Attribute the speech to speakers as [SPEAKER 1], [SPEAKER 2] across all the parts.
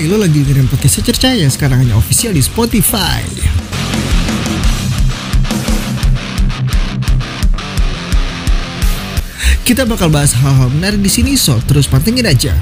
[SPEAKER 1] Hai, lo lagi dengerin podcast Secercah yang sekarang hanya official di Spotify. Kita bakal bahas hal-hal menarik di sini, so terus pantengin aja.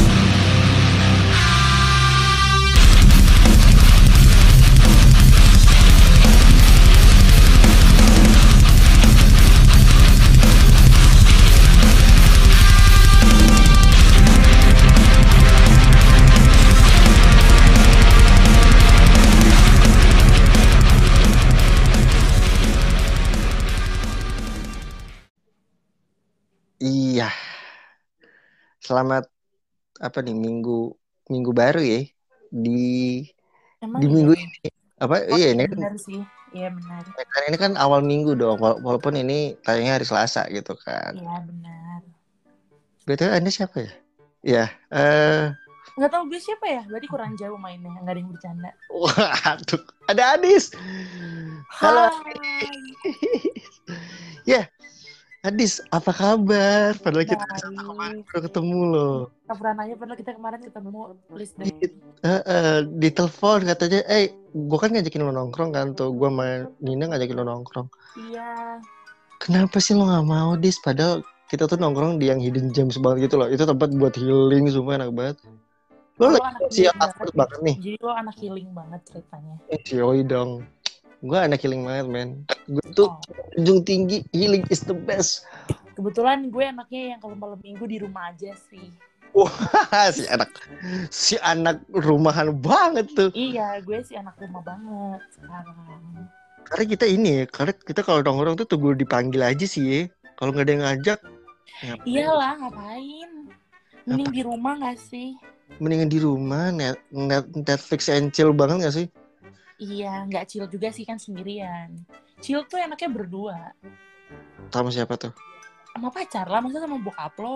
[SPEAKER 2] Iya, selamat apa nih minggu baru ya di
[SPEAKER 3] Emang
[SPEAKER 2] di
[SPEAKER 3] iya
[SPEAKER 2] minggu
[SPEAKER 3] ya?
[SPEAKER 2] ini apa
[SPEAKER 3] Oh
[SPEAKER 2] iya
[SPEAKER 3] iya
[SPEAKER 2] ini
[SPEAKER 3] benar sih. Iya benar.
[SPEAKER 2] kan ini kan awal minggu dong walaupun ini tayangnya hari Selasa gitu kan.
[SPEAKER 3] Iya benar.
[SPEAKER 2] BTW Anda siapa ya? Ya, eh
[SPEAKER 3] Nggak tahu gue siapa ya? Berarti kurang jauh mainnya. Nggak ada yang bercanda.
[SPEAKER 2] waduh, ada Adis. Halo
[SPEAKER 3] Hai.
[SPEAKER 2] ya, Adis, apa kabar? Padahal kita
[SPEAKER 3] Baik.
[SPEAKER 2] kemarin udah ketemu loh.
[SPEAKER 3] Nggak pernah nanya padahal kita kemarin ketemu. Please deh.
[SPEAKER 2] Di telepon katanya, gue kan ngajakin lo nongkrong kan tuh, gue sama Nina ngajakin lo nongkrong.
[SPEAKER 3] Iya.
[SPEAKER 2] Kenapa sih lo nggak mau, Dis? Padahal kita tuh nongkrong di yang hidden gems banget gitu loh. Itu tempat buat healing, semua enak banget. Lo
[SPEAKER 3] Lo
[SPEAKER 2] lagi
[SPEAKER 3] anak
[SPEAKER 2] siap
[SPEAKER 3] healing
[SPEAKER 2] banget nih.
[SPEAKER 3] Jadi lo anak healing banget ceritanya.
[SPEAKER 2] Yoi dong. Gue anak healing banget, men. Gue tuh junjung tinggi, healing is the best.
[SPEAKER 3] Kebetulan gue anaknya yang kalau malam minggu di rumah aja sih.
[SPEAKER 2] Wah, si anak rumahan banget tuh.
[SPEAKER 3] Iya, gue sih anak rumah banget sekarang.
[SPEAKER 2] Karena kita kalau nongkrong tuh tunggu dipanggil aja sih ya. Kalau nggak ada yang ngajak, ngapain?
[SPEAKER 3] Iyalah, ngapain? Mending di rumah nggak sih?
[SPEAKER 2] Mendingan di rumah, Netflix and chill banget nggak sih?
[SPEAKER 3] Iya, nggak chill juga sih kan sendirian. Chill tuh enaknya berdua.
[SPEAKER 2] Sama siapa tuh?
[SPEAKER 3] Sama pacar lah, masa sama bokap lo?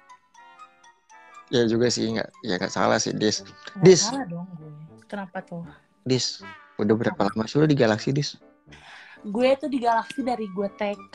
[SPEAKER 2] Ya juga sih, nggak salah sih, Dis.
[SPEAKER 3] Nggak
[SPEAKER 2] Dis,
[SPEAKER 3] salah dong gue. Kenapa tuh?
[SPEAKER 2] Dis, udah berapa lama sih lo di Galaxy, Dis?
[SPEAKER 3] Gue tuh di Galaxy dari gue TK.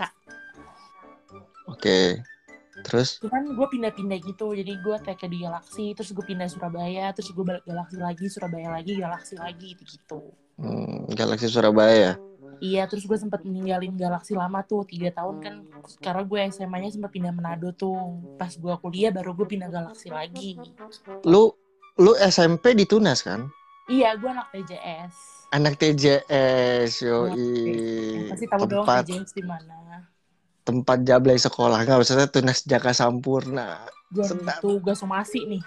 [SPEAKER 2] Oke, terus?
[SPEAKER 3] Cuman gue pindah-pindah gitu. Jadi gue TK di Galaxy, terus gue pindah Surabaya, terus gue balik Galaxy lagi, Surabaya lagi, Galaxy lagi, gitu.
[SPEAKER 2] Galaxy Surabaya ya?
[SPEAKER 3] Iya, terus gue sempat meninggalin Galaxy lama tuh 3 tahun kan. Karena gue SMA-nya sempat pindah Manado tuh. Pas gue kuliah baru gue pindah Galaxy lagi.
[SPEAKER 2] Lu SMP di Tunas kan?
[SPEAKER 3] Iya, gue anak TJS.
[SPEAKER 2] Anak TJS, yoi.
[SPEAKER 3] Pasti tahu dong TJS di mana.
[SPEAKER 2] Tempat jablay sekolah, nggak usah Tunas Jaka Sampurna.
[SPEAKER 3] Jangan gitu, gue somasi nih.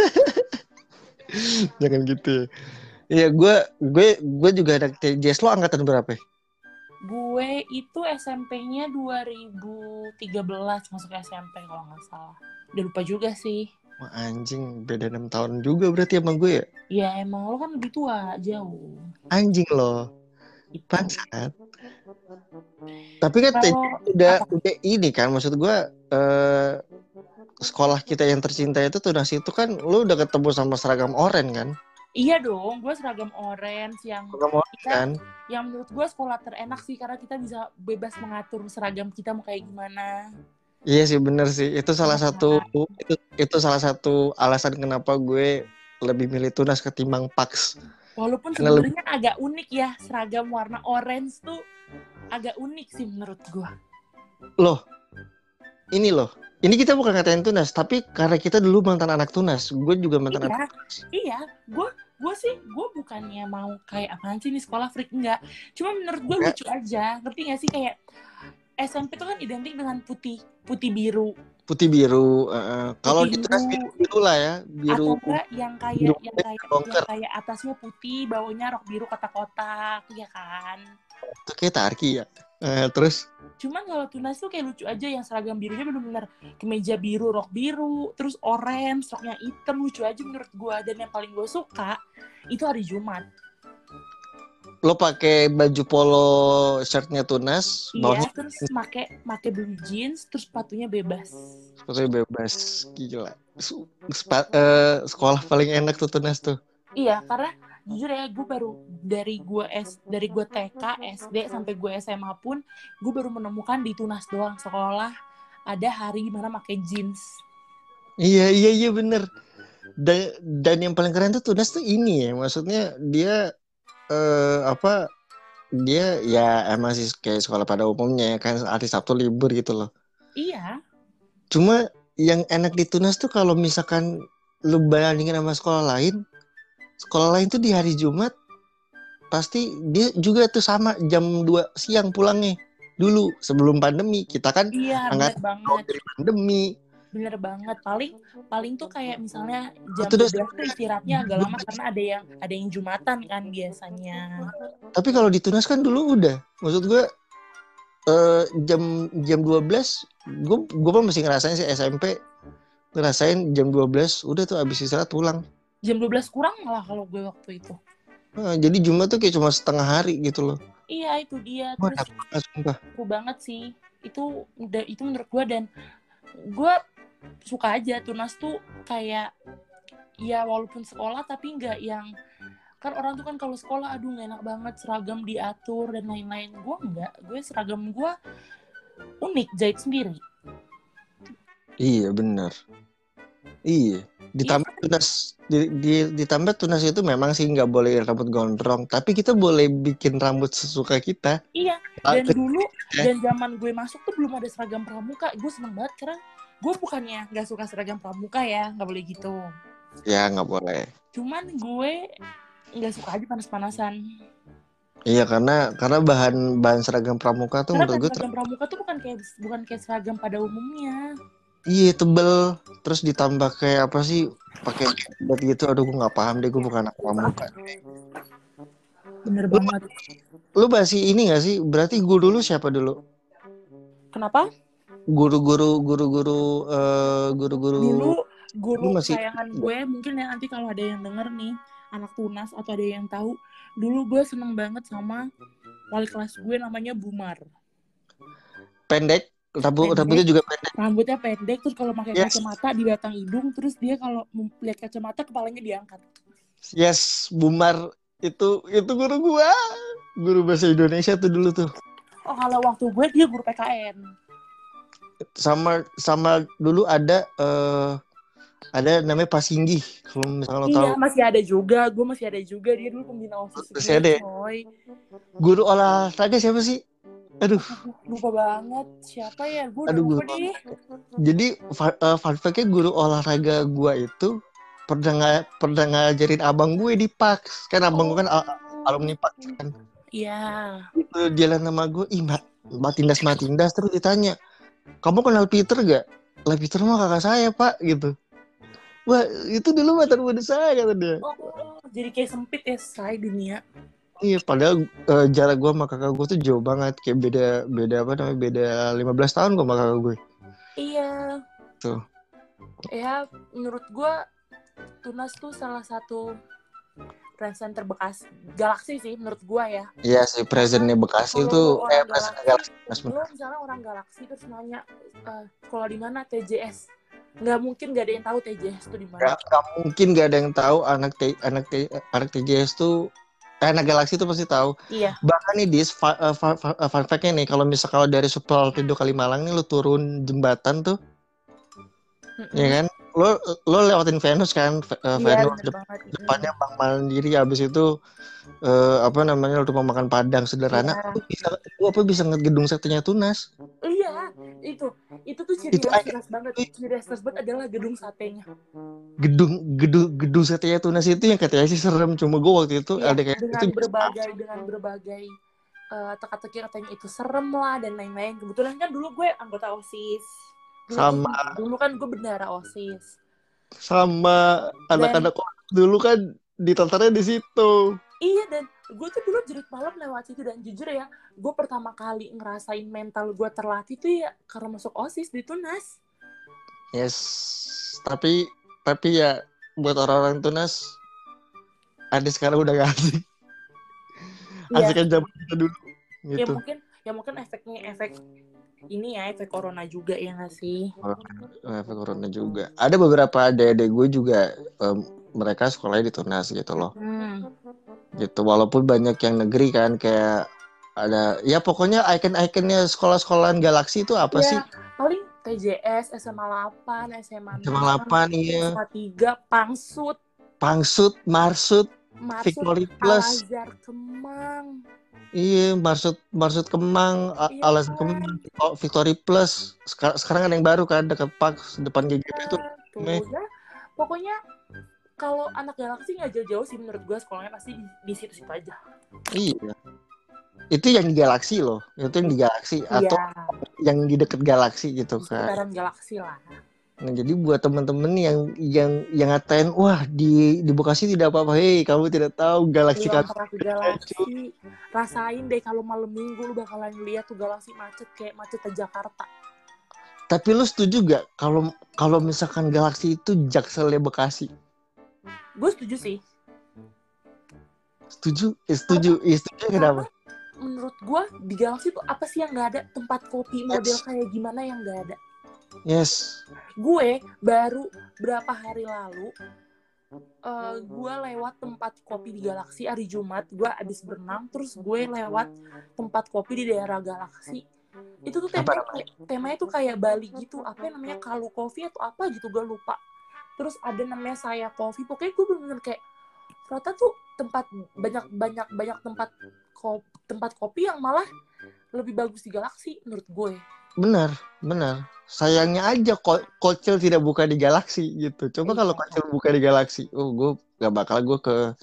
[SPEAKER 2] Jangan gitu. Iya, gue juga anak TJS. Lo angkatan berapa?
[SPEAKER 3] Gue itu SMP-nya 2013 masuk SMP kalau nggak salah. Udah lupa juga sih.
[SPEAKER 2] Wah, anjing, beda 6 tahun juga berarti sama gue ya?
[SPEAKER 3] Ya emang lo kan lebih tua, jauh.
[SPEAKER 2] Anjing lo. Bangsat. Tapi kan udah ini kan, maksud gue sekolah kita yang tercinta itu Tunas itu kan lo udah ketemu sama seragam oranye kan?
[SPEAKER 3] Iya dong, gue seragam orange yang
[SPEAKER 2] kan?
[SPEAKER 3] Yang menurut gue sekolah terenak sih karena kita bisa bebas mengatur seragam kita mau kayak gimana.
[SPEAKER 2] Iya sih, bener sih. Itu salah satu alasan kenapa gue lebih milih Tunas ketimbang Pax.
[SPEAKER 3] Walaupun sebenarnya agak unik ya, seragam warna orange tuh agak unik sih menurut gue. Ini kita bukan ngatain Tunas, tapi karena kita dulu mantan anak Tunas, gue juga mantan anak Tunas. Iya, gue bukannya mau kayak apaan sih nih sekolah freak, enggak. Cuma menurut gue lucu aja, ngerti gak sih kayak SMP itu kan identik dengan putih biru.
[SPEAKER 2] Putih biru, kalau di Tunas biru lah ya, biru.
[SPEAKER 3] Atau enggak yang kayak atasnya putih, bawahnya rok biru kotak-kotak, ya kan?
[SPEAKER 2] Itu kayak Tarki ya. Terus?
[SPEAKER 3] Cuman kalau Tunas tuh kayak lucu aja, yang seragam birunya benar-benar kemeja biru, rok biru, terus orange, roknya hitam, lucu aja menurut gue. Dan yang paling gue suka itu hari Jumat.
[SPEAKER 2] Lo pakai baju polo shirtnya Tunas,
[SPEAKER 3] iya, terus pakai blue jeans, terus sepatunya bebas.
[SPEAKER 2] Gila. Sekolah paling enak tuh Tunas tuh.
[SPEAKER 3] Iya, karena jujur ya, gue baru dari gue TK, SD sampai gue SMA pun gue baru menemukan di Tunas doang sekolah ada hari dimana pakai jeans.
[SPEAKER 2] Iya bener. Dan yang paling keren tuh Tunas tuh ini ya, maksudnya dia apa, dia ya emang sih kayak sekolah pada umumnya ya kan, hari Sabtu libur gitu loh.
[SPEAKER 3] Iya.
[SPEAKER 2] Cuma yang enak di Tunas tuh kalau misalkan lu bandingin sama sekolah lain tuh di hari Jumat pasti dia juga tuh sama jam 2 siang pulangnya. Dulu sebelum pandemi, kita kan
[SPEAKER 3] Iya,
[SPEAKER 2] angkat
[SPEAKER 3] bener banget.
[SPEAKER 2] dari pandemi.
[SPEAKER 3] Bener banget. Paling tuh kayak misalnya jam
[SPEAKER 2] Itu udah
[SPEAKER 3] 12 tuh istirahatnya agak lama karena ada yang Jumatan kan biasanya.
[SPEAKER 2] Tapi kalau di Tunas kan dulu udah, maksud gue jam 12 gue masih ngerasain sih SMP, ngerasain jam 12 udah tuh abis istirahat pulang.
[SPEAKER 3] Jam 12 kurang malah kalau gue waktu itu.
[SPEAKER 2] Jadi Jumat tuh kayak cuma setengah hari gitu loh.
[SPEAKER 3] Iya, itu dia.
[SPEAKER 2] Wah,
[SPEAKER 3] Terus
[SPEAKER 2] sumpah.
[SPEAKER 3] seru banget sih. Itu menurut gue, dan gue suka aja Tunas tuh kayak ya walaupun sekolah tapi nggak yang kan orang tuh kan kalau sekolah aduh nggak enak banget seragam diatur dan lain-lain. Gue seragam gue unik, jahit sendiri.
[SPEAKER 2] Iya benar. Iya. Ditambah Tunas ditambah Tunas itu memang sih nggak boleh rambut gondrong, tapi kita boleh bikin rambut sesuka kita.
[SPEAKER 3] Iya. Dan dulu dan zaman gue masuk tuh belum ada seragam pramuka. Gue seneng banget karena gue bukannya nggak suka seragam pramuka ya, nggak boleh gitu.
[SPEAKER 2] Ya nggak boleh.
[SPEAKER 3] Cuman gue nggak suka aja panas-panasan.
[SPEAKER 2] Iya karena bahan seragam pramuka tuh
[SPEAKER 3] Karena
[SPEAKER 2] menurut gue
[SPEAKER 3] seragam pramuka tuh bukan kayak seragam pada umumnya.
[SPEAKER 2] iya tebel, terus ditambah kayak apa sih pakai buat gitu, aduh gue nggak paham deh, gue bukan anak pramuka.
[SPEAKER 3] Bener banget.
[SPEAKER 2] Lu masih ini nggak sih? Berarti guru dulu siapa dulu?
[SPEAKER 3] Kenapa?
[SPEAKER 2] Guru-guru.
[SPEAKER 3] Dulu guru
[SPEAKER 2] masih
[SPEAKER 3] kesayangan gue, mungkin ya nanti kalau ada yang denger nih, anak Tunas atau ada yang tahu, dulu gue seneng banget sama wali kelas gue namanya Bumar.
[SPEAKER 2] pendek. Rambutnya juga pendek.
[SPEAKER 3] Rambutnya pendek, terus kalau pakai kacamata di batang hidung, terus dia kalau lihat kacamata kepalanya diangkat.
[SPEAKER 2] Yes, Bumar itu guru gua. Guru bahasa Indonesia tuh dulu tuh.
[SPEAKER 3] Oh, kalau waktu gue dia guru PKN.
[SPEAKER 2] Sama dulu ada namanya Pak Singgih, kalau misalnya lo tahu.
[SPEAKER 3] Iya, masih ada juga. Gue masih ada juga, dia dulu pembina OSIS.
[SPEAKER 2] Masih ada. Guru olahraga siapa sih? Aduh,
[SPEAKER 3] lupa banget siapa ya, gue lupa deh.
[SPEAKER 2] Jadi fun fact-nya guru olahraga gue itu pernah ngajarin abang gue di PAX, kan abang gue kan alumni PAX kan.
[SPEAKER 3] Iya.
[SPEAKER 2] Itu jalan sama gue, Mbak Tindas, terus ditanya, kamu kenal Peter gak? Lah Peter mah kakak saya pak, gitu. Wah itu dulu mantan muda saya, kata dia.
[SPEAKER 3] Oh, jadi kayak sempit ya say dunia.
[SPEAKER 2] Iya, padahal jarak gue sama kakak gue tuh jauh banget, kayak beda 15 tahun gue sama kakak gue.
[SPEAKER 3] Iya.
[SPEAKER 2] Tuh.
[SPEAKER 3] Ya, menurut gue Tunas tuh salah satu brand center bekas Galaksi sih menurut gue ya.
[SPEAKER 2] Iya sih, presentnya Bekasi itu presentnya Galaksi.
[SPEAKER 3] Lo misalnya orang Galaksi terus nanya sekolah di mana, TJS. Nggak mungkin nggak ada yang tahu TJS tuh di mana.
[SPEAKER 2] Nggak mungkin nggak ada yang tahu anak TJS tuh. Anak Galaksi itu pasti tahu.
[SPEAKER 3] Iya.
[SPEAKER 2] Bahkan nih fun fact-nya nih, kalau dari Suprapedido Kalimalang nih, lu turun jembatan tuh, ya kan? Lo lewatin Venus kan? Venus depannya Bank Mandiri, habis itu rumah makan Padang sederhana. Lu bisa ngeliat gedung saktinya Tunas.
[SPEAKER 3] Iya, itu tuh ciri khas banget. Ciri khas banget adalah gedung satenya.
[SPEAKER 2] Gedung satenya Tunas itu yang katanya sih serem, cuma gue waktu itu ada kayak
[SPEAKER 3] dengan berbagai teka-teki katanya itu serem lah dan lain-lain. Kebetulan kan dulu gue anggota OSIS. Dulu kan gue bendahara OSIS.
[SPEAKER 2] Sama anak-anak dulu kan ditatarnya di situ.
[SPEAKER 3] Iya, dan gue tuh dulu jerit malam lewat situ, dan jujur ya, gue pertama kali ngerasain mental gue terlatih tuh ya karena masuk OSIS di Tunas.
[SPEAKER 2] Yes, tapi ya buat orang-orang Tunas, ada sekarang udah gak asik. Asiknya zaman kita dulu. Gitu.
[SPEAKER 3] Ya mungkin efek ini ya, efek corona juga ya nggak sih?
[SPEAKER 2] Efek corona juga. Ada beberapa adik-adik gue juga mereka sekolahnya di Tunas gitu loh. Gitu, walaupun banyak yang negeri kan, kayak ada ya pokoknya icon-iconnya sekolah-sekolahan Galaksi itu apa sih?
[SPEAKER 3] TJS, SMA 8, SMA 6,
[SPEAKER 2] SMA 8 iya.
[SPEAKER 3] SMA 3,
[SPEAKER 2] Pangsut, Marsut, Victory Plus.
[SPEAKER 3] Al-Azhar Kemang.
[SPEAKER 2] Iya, Marsut Kemang,
[SPEAKER 3] Iya
[SPEAKER 2] Al-Azhar
[SPEAKER 3] kan?
[SPEAKER 2] Kemang, Victory Plus. Sekarang ada yang baru kan dekat Pax depan GGP itu.
[SPEAKER 3] Tuh ya, pokoknya kalau anak Galaxy nggak jauh-jauh sih menurut gue, sekolahnya pasti di situ-situ aja.
[SPEAKER 2] Iya. Itu yang di Galaxy loh. Itu yang di Galaxy atau yang di dekat Galaxy gitu
[SPEAKER 3] Di
[SPEAKER 2] kan.
[SPEAKER 3] sekitaran Galaxy lah.
[SPEAKER 2] Nah, jadi buat temen-temen yang ngatain, wah di Bekasi tidak apa-apa. Hei, kamu tidak tahu Galaxy
[SPEAKER 3] Belum pernah ke Galaxy. Rasain deh kalau malam minggu lu bakalan lihat tuh Galaxy macet kayak macetnya Jakarta.
[SPEAKER 2] Tapi lu setuju gak kalau misalkan Galaxy itu Jakselnya Bekasi?
[SPEAKER 3] Gue setuju sih.
[SPEAKER 2] Setuju kenapa?
[SPEAKER 3] Menurut gue di Galaxy tuh apa sih yang nggak ada? Tempat kopi model kayak gimana yang nggak ada?
[SPEAKER 2] Yes.
[SPEAKER 3] Gue baru berapa hari lalu gue lewat tempat kopi di Galaxy hari Jumat. Gue abis berenang, terus gue lewat tempat kopi di daerah Galaxy. Itu tuh temanya tuh kayak Bali gitu. Apa namanya, Kalu Coffee atau apa gitu, gue lupa. Terus ada namanya Saya Coffee. Pokoknya gue bener-bener kayak ternyata tuh tempat banyak tempat kopi yang malah lebih bagus di Galaxy menurut gue.
[SPEAKER 2] Benar. Sayangnya aja Kocil tidak buka di Galaxy gitu. Coba kalau Kocil buka di Galaxy, gue gak bakal ke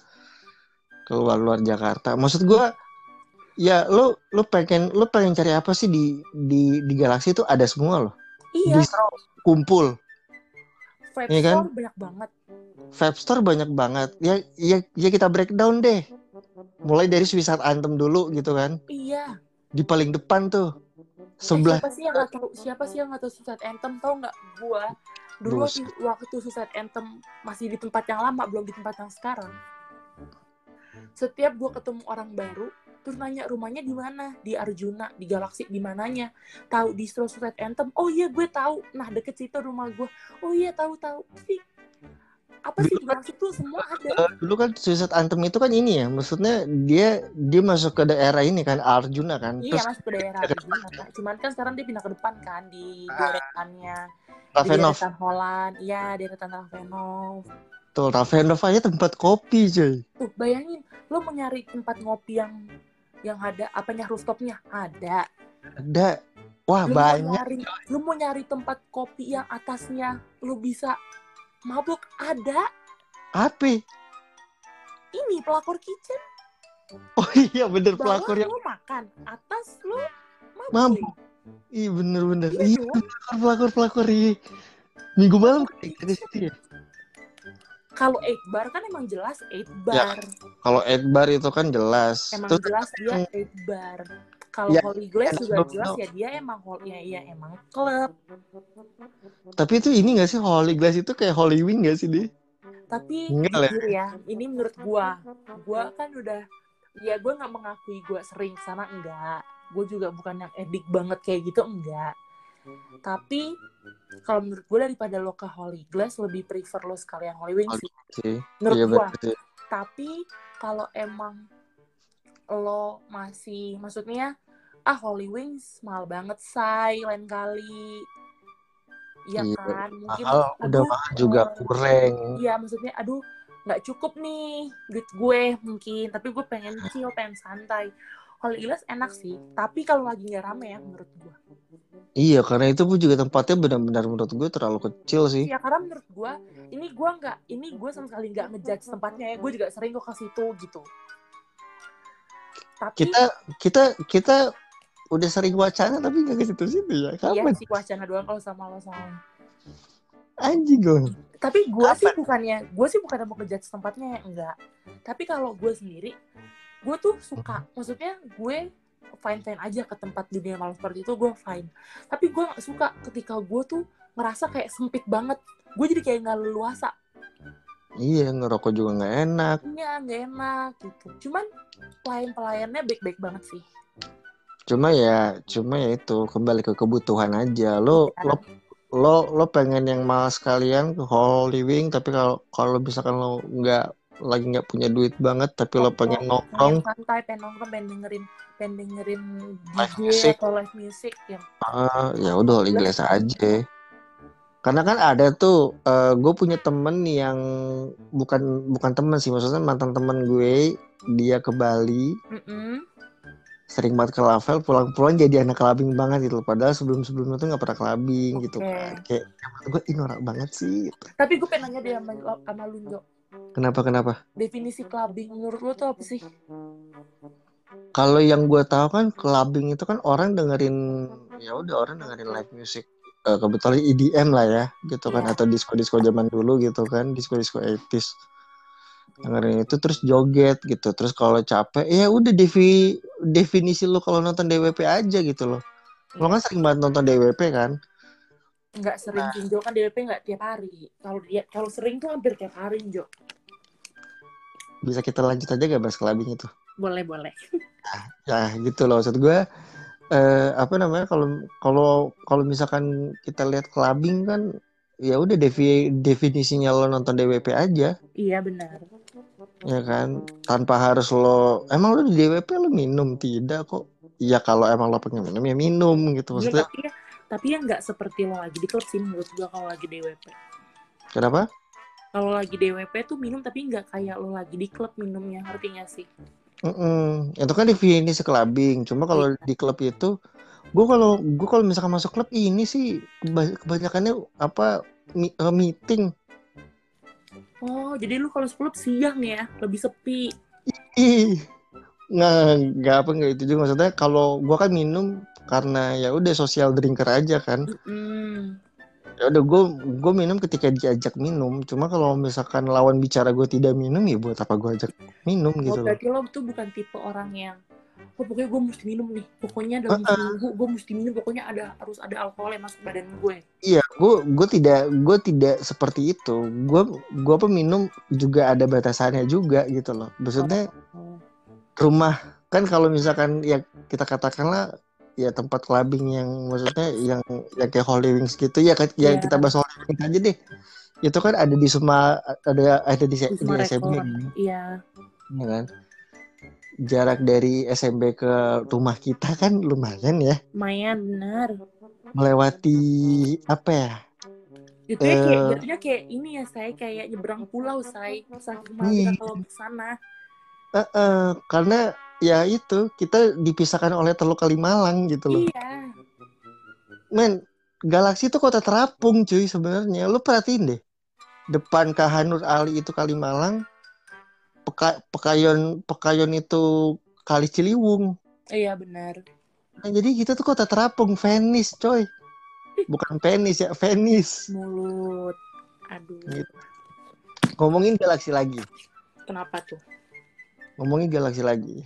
[SPEAKER 2] luar Jakarta. Maksud gue, ya lo pengen cari apa sih di Galaxy itu ada semua loh.
[SPEAKER 3] Iya.
[SPEAKER 2] Distro kumpul.
[SPEAKER 3] Vape ya kan? Banyak banget.
[SPEAKER 2] Vape Store banyak banget. Ya kita breakdown deh. Mulai dari Suicide Anthem dulu gitu kan.
[SPEAKER 3] Iya.
[SPEAKER 2] Di paling depan tuh. Sebelah.
[SPEAKER 3] Siapa sih yang nggak tahu Suicide Anthem? Tahu nggak? Gua dulu waktu Suicide Anthem masih di tempat yang lama, belum di tempat yang sekarang. Setiap gua ketemu orang baru, terus nanya rumahnya di mana, di Arjuna, di Galaxy, di mananya? Tahu distro Suicide Anthem? Oh iya gue tahu. Nah deket situ rumah gue. Oh iya tahu. Sih apa sih Galaxy tuh semua ada.
[SPEAKER 2] Dulu kan Suicide Anthem itu kan ini ya, maksudnya dia masuk ke daerah ini kan Arjuna kan.
[SPEAKER 3] Iya, masuk ke daerah Arjuna kan. Cuman kan sekarang dia pindah ke depan kan di deretannya.
[SPEAKER 2] Ravenov.
[SPEAKER 3] Di deretan Holland. Iya, deretan Ravenov.
[SPEAKER 2] Tuh, Ravenov aja tempat kopi coy.
[SPEAKER 3] Tuh, bayangin, lo mau nyari tempat ngopi yang ada apanya rooftopnya? Ada. Wah, banyak. Lu mau nyari tempat kopi yang atasnya lu bisa mabuk? Ada.
[SPEAKER 2] Apa?
[SPEAKER 3] Ini Pelakor Kitchen.
[SPEAKER 2] Oh iya bener, Pelakor yang
[SPEAKER 3] lu makan, atas lu
[SPEAKER 2] mabuk. Iya bener. Iya pelakor iya. Minggu malam kayak di situ ya.
[SPEAKER 3] Kalau 8 bar kan emang jelas 8 bar. Ya,
[SPEAKER 2] kalau 8 bar itu kan jelas.
[SPEAKER 3] Emang terus jelas dia 8 bar. Kalau ya, Holy Glass juga jelas ya dia emang emang klub.
[SPEAKER 2] Tapi itu ini nggak sih Holy Glass itu kayak Holy Wing nggak sih dia?
[SPEAKER 3] Tapi jujur ya, ini menurut gua kan udah ya gue nggak mengakui gue sering sana, enggak. Gue juga bukan yang edik banget kayak gitu, enggak. Tapi kalau menurut gue daripada lo ke Holy Glass lebih prefer lo sekalian Holy Wings sih. Menurut gue. Tapi kalau emang lo masih maksudnya Holy Wings mahal banget say lain kali. Iya kan? Mungkin
[SPEAKER 2] udah mahal juga kurang.
[SPEAKER 3] Iya maksudnya nggak cukup nih duit gue mungkin, tapi gue pengen chill, pengen santai. Holy Glass enak sih, tapi kalau lagi nggak rame ya menurut gue.
[SPEAKER 2] Iya, karena itu pun juga tempatnya benar-benar menurut gue terlalu kecil sih.
[SPEAKER 3] Iya, karena menurut gue ini gue sama sekali nggak ngejudge tempatnya ya. Gue juga sering kok ke situ gitu. Tapi kita udah sering wacana tapi nggak ke situ-situ ya. Kapan? Iya sih wacana doang kalau sama lo soalnya.
[SPEAKER 2] Anjing gue.
[SPEAKER 3] Tapi gue sih bukannya mau ngejudge tempatnya ya, enggak. Tapi kalau gue sendiri, gue tuh suka. Maksudnya gue fine aja ke tempat dunia malam seperti itu, gue fine. Tapi gue nggak suka ketika gue tuh ngerasa kayak sempit banget. Gue jadi kayak nggak leluasa.
[SPEAKER 2] Iya, ngerokok juga nggak enak.
[SPEAKER 3] Iya, nggak enak gitu. Cuman pelayannya baik-baik banget sih.
[SPEAKER 2] Cuma ya itu kembali ke kebutuhan aja. Lo pengen yang mahal sekalian ke Holy Wing, tapi kalau misalkan lo nggak lagi nggak punya duit banget tapi lo pengen nongkrong,
[SPEAKER 3] santai, pengen nongkrong, pengen dengerin
[SPEAKER 2] live
[SPEAKER 3] DJ
[SPEAKER 2] music,
[SPEAKER 3] atau live music ya.
[SPEAKER 2] ya udah Holy Glass aja. Karena kan ada tuh, gue punya temen yang bukan temen sih, maksudnya mantan temen gue, dia ke Bali, sering banget ke Lavel, pulang-pulang jadi anak clubbing banget gitu. Padahal sebelum-sebelumnya tuh nggak pernah clubbing gitu kan. Kayak gue norak banget sih. Gitu.
[SPEAKER 3] Tapi gue pengen nanya deh sama lu, Jo.
[SPEAKER 2] Kenapa?
[SPEAKER 3] Definisi clubbing menurut lu tuh apa sih?
[SPEAKER 2] Kalau yang gue tahu kan clubbing itu kan orang dengerin, ya udah orang dengerin live music. Kebetulan EDM lah ya, gitu kan, atau disco-disco zaman dulu gitu kan, disco-disco 80s. Dengerin itu terus joget gitu. Terus kalau capek ya udah definisi lo kalau nonton DWP aja gitu loh. Lo kan sering banget nonton DWP kan?
[SPEAKER 3] Nggak sering sih, Jo, kan DWP nggak tiap hari. Kalau sering tuh hampir tiap hari, Jo.
[SPEAKER 2] Bisa kita lanjut aja gak bahas clubbing itu?
[SPEAKER 3] Boleh.
[SPEAKER 2] Ya gitu loh, maksud gue apa namanya, kalau misalkan kita lihat clubbing kan ya udah definisinya lo nonton DWP aja.
[SPEAKER 3] Iya benar.
[SPEAKER 2] Ya kan, tanpa harus lo emang lo di DWP lo minum tidak kok. Ya kalau emang lo pengen minum ya minum gitu maksudnya.
[SPEAKER 3] Tapi ya nggak seperti lo lagi di klub sih menurut gue kalau lagi DWP.
[SPEAKER 2] Kenapa?
[SPEAKER 3] Kalau lagi DWP tuh minum tapi nggak kayak lo lagi di klub minumnya, ngerti nggak sih?
[SPEAKER 2] Itu kan definisi clubbing. Cuma kalau di klub itu, gue kalau misalkan masuk klub ini sih kebanyakannya apa meeting.
[SPEAKER 3] Oh, jadi lu kalau klub siang ya, lebih sepi.
[SPEAKER 2] Nggak itu juga maksudnya. Kalau gue kan minum karena ya udah social drinker aja kan. Ya udah gue minum ketika diajak minum. Cuma kalau misalkan lawan bicara gue tidak minum, ya buat apa gue ajak minum gitu.
[SPEAKER 3] Berarti lo tuh bukan tipe orang yang pokoknya gue mesti minum nih, pokoknya dalam seminggu gue mesti minum, pokoknya harus ada alkohol yang masuk badan gue.
[SPEAKER 2] Iya, gue tidak seperti itu. Gue peminum juga ada batasannya juga gitu loh. Maksudnya rumah kan, kalau misalkan ya kita katakanlah ya tempat clubbing yang maksudnya yang kayak Holy Wings gitu ya, yang kita bahas Holy Wings aja deh. Itu kan ada di semua ada di SMB.
[SPEAKER 3] Iya.
[SPEAKER 2] Ya kan? Jarak dari SMB ke rumah kita kan lumayan ya.
[SPEAKER 3] Lumayan, benar.
[SPEAKER 2] Melewati apa ya?
[SPEAKER 3] Itu ya kayak jatuhnya kayak ini ya, saya kayak nyebrang pulau, saya kita kalau ke sana.
[SPEAKER 2] Karena ya itu kita dipisahkan oleh Teluk Kalimalang gitu loh.
[SPEAKER 3] Iya.
[SPEAKER 2] Men, Galaksi itu kota terapung cuy sebenarnya. Lu perhatiin deh. Depan Kahanur Ali itu Kalimalang. Pekayon itu Kali Ciliwung.
[SPEAKER 3] Iya benar.
[SPEAKER 2] Nah, jadi kita tuh kota terapung, Venice coy. Bukan penis ya, Venice.
[SPEAKER 3] Mulut. Aduh.
[SPEAKER 2] Gitu. Ngomongin Galaksi lagi.
[SPEAKER 3] Kenapa tuh?
[SPEAKER 2] Ngomongin Galaksi lagi.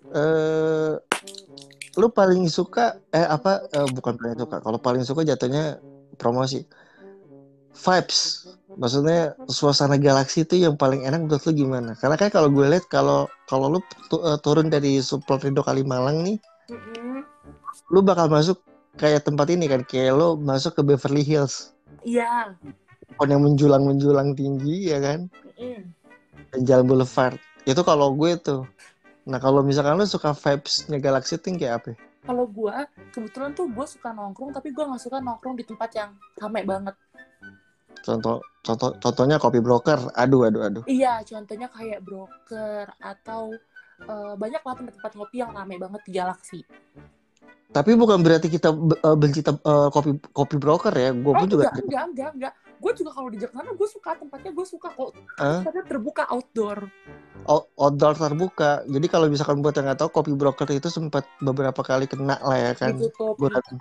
[SPEAKER 2] Lu paling suka bukan paling suka. Kalau paling suka jatuhnya promosi. Vibes. Maksudnya suasana Galaksi itu yang paling enak menurut lu gimana? Karena kan kalau gue lihat kalau lu turun dari Superlindo Kalimalang nih, lu bakal masuk kayak tempat ini kan, kayak lu masuk ke Beverly Hills.
[SPEAKER 3] Iya.
[SPEAKER 2] Pohon yang menjulang tinggi ya kan. Dan Jalan Boulevard. Itu kalau gue tuh. Nah kalau misalkan lu suka vibes-nya Galaksi itu kayak apa?
[SPEAKER 3] Kalau gue kebetulan tuh gue suka nongkrong, tapi gue nggak suka nongkrong di tempat yang ramai banget.
[SPEAKER 2] Contohnya Kopi Broker. Aduh.
[SPEAKER 3] Iya, contohnya kayak Broker atau banyak lah tempat-tempat ngopi yang ramai banget di Galaksi.
[SPEAKER 2] Tapi bukan berarti kita benci kopi broker ya. Gue pun juga.
[SPEAKER 3] Enggak. Gue juga kalau di Jakarta gue suka tempatnya, gue suka kok. Tempatnya terbuka, outdoor.
[SPEAKER 2] Outdoor terbuka. Jadi kalau misalkan buat yang nggak tahu, kopi broker itu sempat beberapa kali kena lah ya kan.
[SPEAKER 3] Ditutup.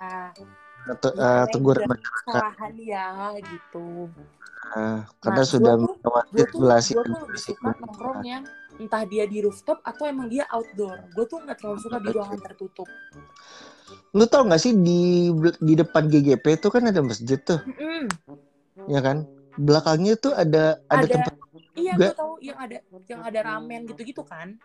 [SPEAKER 2] Teguran masyarakat.
[SPEAKER 3] Kesalahan ya gitu.
[SPEAKER 2] Karena sudah
[SPEAKER 3] melewati regulasi. Gue tuh lebih suka nongkrong yang entah dia di rooftop atau emang dia outdoor. Gue tuh nggak terlalu suka di ruangan tertutup.
[SPEAKER 2] Lu tau gak sih di depan GGP itu kan ada masjid tuh. Ya kan? Belakangnya tuh ada tempat.
[SPEAKER 3] Iya, gue tahu yang ada ramen gitu-gitu kan.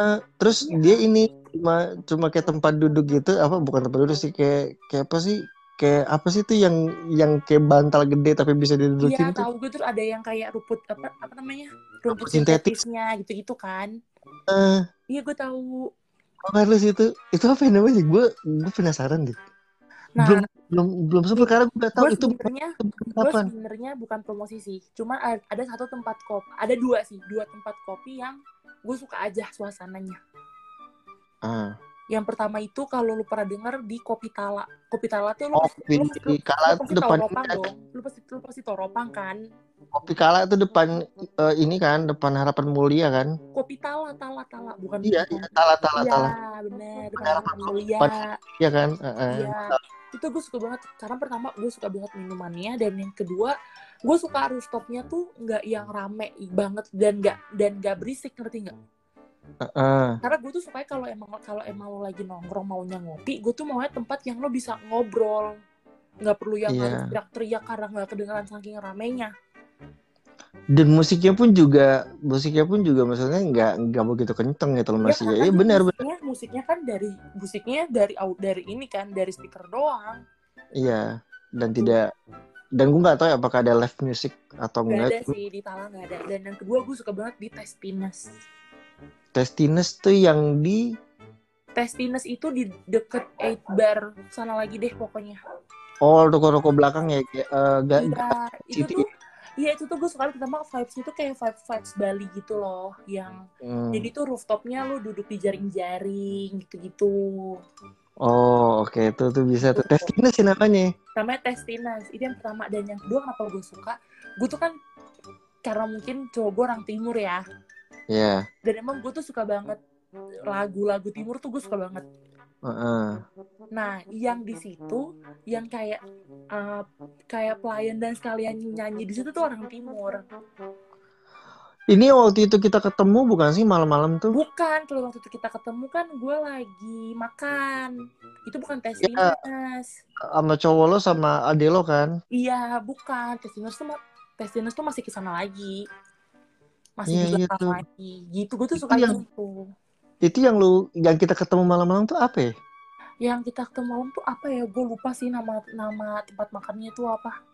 [SPEAKER 2] Terus dia ini cuma kayak tempat duduk gitu, bukan tempat duduk sih, kayak apa sih? kayak apa sih tuh yang kayak bantal gede tapi bisa
[SPEAKER 3] Iya
[SPEAKER 2] didudukin tuh.
[SPEAKER 3] tahu gue terus ada yang kayak rumput apa namanya rumput
[SPEAKER 2] Sintetis.
[SPEAKER 3] sintetisnya gitu-gitu kan.
[SPEAKER 2] Eh,
[SPEAKER 3] Iya gue tahu.
[SPEAKER 2] Wireless itu apa yang namanya? Gue penasaran deh.
[SPEAKER 3] Nah
[SPEAKER 2] Belum sempat
[SPEAKER 3] nih
[SPEAKER 2] karena gue nggak tahu
[SPEAKER 3] gue
[SPEAKER 2] itu
[SPEAKER 3] sebenarnya
[SPEAKER 2] kapan.
[SPEAKER 3] bukan promosi sih. Cuma ada satu tempat kopi, ada dua tempat kopi yang gue suka aja suasananya.
[SPEAKER 2] Ah.
[SPEAKER 3] Yang pertama itu kalau lu pernah denger di Kopi Tala. Kopi Tala tuh
[SPEAKER 2] Kopi Kala itu
[SPEAKER 3] lu pasti tahu
[SPEAKER 2] depan
[SPEAKER 3] Ropang dong. Lu pasti tahu Ropang kan?
[SPEAKER 2] Kopi Kala itu depan ini kan, depan Harapan Mulia kan?
[SPEAKER 3] Kopi Tala bukan
[SPEAKER 2] Iya,
[SPEAKER 3] bukan.
[SPEAKER 2] Tala.
[SPEAKER 3] Iya, bener depan Harapan Mulia.
[SPEAKER 2] Iya kan?
[SPEAKER 3] Iya. Itu gue suka banget. Karena pertama gue suka banget minumannya dan yang kedua gue suka rooftopnya tuh nggak yang rame banget dan nggak berisik, ngerti nggak? Karena gue tuh suka kalau emang lo lagi nongkrong maunya ngopi, gue tuh maunya tempat yang lo bisa ngobrol, nggak perlu yang harus teriak-teriak karena nggak kedengeran saking ramenya.
[SPEAKER 2] Dan musiknya pun juga maksudnya nggak begitu kenceng gitu loh masih. Iya benar.
[SPEAKER 3] Musiknya kan dari ini kan dari speaker doang.
[SPEAKER 2] Iya, dan gue nggak tahu ya apakah ada live music atau
[SPEAKER 3] enggak.
[SPEAKER 2] enggak.
[SPEAKER 3] Ada sih di Talang nggak ada. Dan yang kedua gue suka banget di
[SPEAKER 2] Testines tuh yang di
[SPEAKER 3] Testines itu di deket 8 Bar sana lagi deh pokoknya.
[SPEAKER 2] Oh, ruko-ruko belakang ya kayak
[SPEAKER 3] itu tuh gue suka pertama vibes itu kayak vibes Bali gitu loh yang jadi tuh rooftopnya lu duduk di jaring-jaring gitu-gitu.
[SPEAKER 2] Oh oke, itu tuh bisa tuh Testines sih namanya
[SPEAKER 3] Testines itu yang pertama. Dan yang kedua kenapa gue suka, gue tuh kan karena mungkin cowok gue orang timur ya.
[SPEAKER 2] Iya.
[SPEAKER 3] Dan emang gue tuh suka banget lagu-lagu timur tuh gue suka banget. Nah, yang di situ yang kayak pelayan dan sekalian nyanyi di situ tuh orang timur.
[SPEAKER 2] Ini waktu itu kita ketemu bukan sih malam-malam tuh?
[SPEAKER 3] Bukan, kalau waktu itu kita ketemu kan gue lagi makan. Itu bukan Testines.
[SPEAKER 2] Sama cowok lo sama ade lo kan?
[SPEAKER 3] Iya, bukan. Testines tuh masih kesana lagi. Masih di belakang lagi. Gitu, gue tuh suka gitu.
[SPEAKER 2] Itu yang kita ketemu malam-malam tuh apa ya?
[SPEAKER 3] Yang kita ketemu malam tuh apa ya? Gue lupa sih nama tempat makannya itu apa.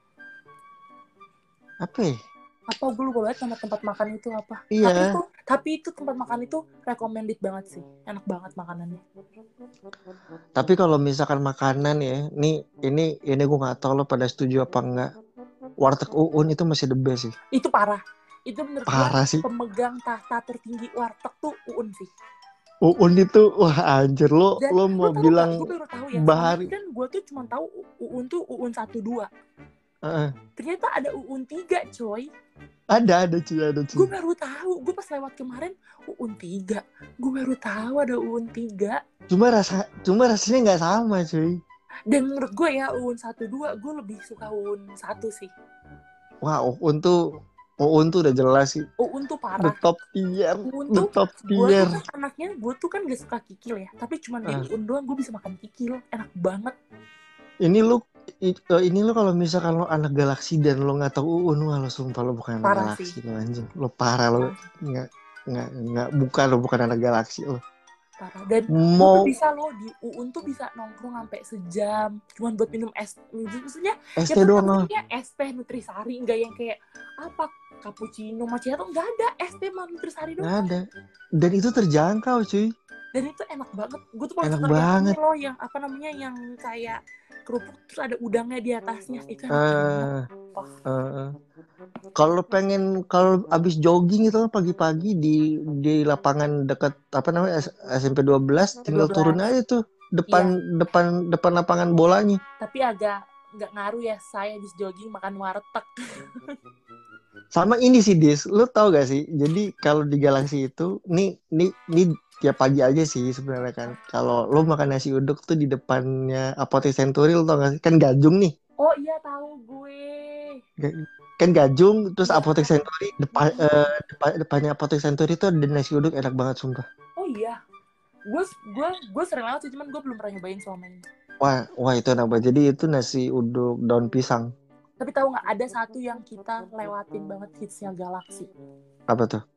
[SPEAKER 2] Apa ya?
[SPEAKER 3] Apa gue lupa banget nama tempat makan itu apa.
[SPEAKER 2] Iya.
[SPEAKER 3] Tapi itu tempat makan itu recommended banget sih. Enak banget makanannya.
[SPEAKER 2] Tapi kalau misalkan makanan ya, ini gue nggak tahu lo pada setuju apa enggak. Warteg Uun itu masih the best sih.
[SPEAKER 3] Itu parah. Itu menurut
[SPEAKER 2] gue
[SPEAKER 3] pemegang tahta tertinggi warteg tuh Uun sih.
[SPEAKER 2] Uun itu wah anjir lo mau bilang
[SPEAKER 3] gue baru tahu ya.
[SPEAKER 2] Bahari
[SPEAKER 3] kan gue tuh cuma tahu Uun tuh Uun 1-2. Ternyata ada Uun 3 coy.
[SPEAKER 2] Ada cuy.
[SPEAKER 3] Gue baru tahu. Gue pas lewat kemarin Uun 3. Gue baru tahu ada Uun 3.
[SPEAKER 2] Cuma rasanya nggak sama cuy.
[SPEAKER 3] Dan menurut gue ya Uun 1-2 gue lebih suka Uun 1 sih.
[SPEAKER 2] Wah Uun tuh udah jelas sih.
[SPEAKER 3] Uun tuh parah.
[SPEAKER 2] The top tier.
[SPEAKER 3] Gue tuh kan anaknya, gue tuh kan gak suka kikil ya. Tapi cuma di Uun doang gue bisa makan kikil. Enak banget. Ini
[SPEAKER 2] lu kalau misalkan lo anak galaksi dan lo nggak tahu Uun, wah lo sumpah lo bukan anak galaksi lo anjing. Lo parah lo. Bukan anak galaksi lo.
[SPEAKER 3] Parah. Dan tuh bisa lo di Uun tuh bisa nongkrong sampai sejam cuman buat minum es. Maksudnya
[SPEAKER 2] es teh doang.
[SPEAKER 3] Es teh nutrisari, enggak yang kayak apa cappuccino macchiato, enggak ada. Es teh nutrisari doang.
[SPEAKER 2] Enggak ada. Dan itu terjangkau cuy.
[SPEAKER 3] Dan itu enak banget. Gue tuh
[SPEAKER 2] enak banget
[SPEAKER 3] lo yang apa namanya yang kayak kerupuk terus ada udangnya di atasnya. Itu enak banget.
[SPEAKER 2] Kalau abis jogging itu pagi-pagi di lapangan dekat apa namanya SMP 12 tinggal turun aja tuh depan lapangan bolanya.
[SPEAKER 3] Tapi agak nggak ngaruh ya saya abis jogging makan warteg.
[SPEAKER 2] Sama ini sih Dis, lu tau gak sih? Jadi kalau di Galaxy itu nih tiap pagi aja sih sebenarnya kan. Kalau lu makan nasi uduk tuh di depannya Apotek Century, lu tau gak sih? Kan Gajung nih.
[SPEAKER 3] Oh iya tahu gue.
[SPEAKER 2] Kan Gajung terus Apotek Century depannya Apotek Century itu ada nasi uduk enak banget sumpah.
[SPEAKER 3] Oh iya. Gue sering lewat sih, cuman gue belum pernah nyobain selama ini.
[SPEAKER 2] Wah itu enak banget. Jadi itu nasi uduk daun pisang.
[SPEAKER 3] Tapi tahu nggak ada satu yang kita lewatin banget hitsnya Galaxy.
[SPEAKER 2] Apa tuh?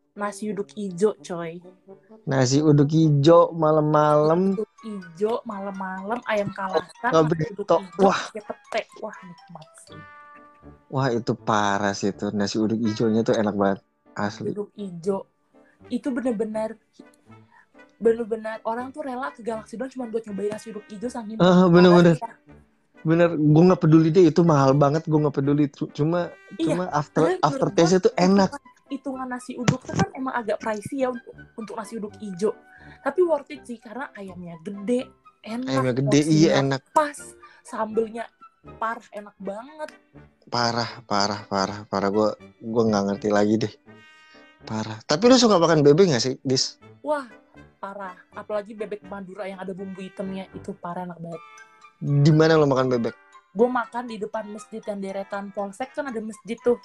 [SPEAKER 3] Nasi uduk ijo, coy.
[SPEAKER 2] Nasi uduk hijau malam-malam.
[SPEAKER 3] Uduk ijo malam-malam, ayam kalasan,
[SPEAKER 2] Nggak
[SPEAKER 3] nasi uduk
[SPEAKER 2] betok.
[SPEAKER 3] ijo, pakai pete. Wah, nikmat sih.
[SPEAKER 2] Wah itu parah sih itu. Nasi uduk hijaunya tuh enak banget. Asli.
[SPEAKER 3] Uduk ijo. Itu bener-bener orang tuh rela ke Galaxy doang cuma buat nyobain nasi uduk ijo saking
[SPEAKER 2] Bener-bener. Bener, gue nggak peduli deh itu mahal banget, gue nggak peduli. Cuma after taste itu enak.
[SPEAKER 3] Hitungan nasi uduk itu kan emang agak pricey ya untuk nasi uduk ijo. Tapi worth it sih karena ayamnya gede, enak.
[SPEAKER 2] Ayamnya gede, iya enak.
[SPEAKER 3] Pas, sambelnya parah, enak banget.
[SPEAKER 2] Parah. Gue nggak ngerti lagi deh. Parah. Tapi lu suka makan bebek nggak sih, Dis?
[SPEAKER 3] Wah, parah. Apalagi bebek Madura yang ada bumbu hitamnya itu parah, enak banget.
[SPEAKER 2] Di mana lo makan bebek?
[SPEAKER 3] Gue makan di depan masjid yang deretan Polsek kan ada masjid tuh.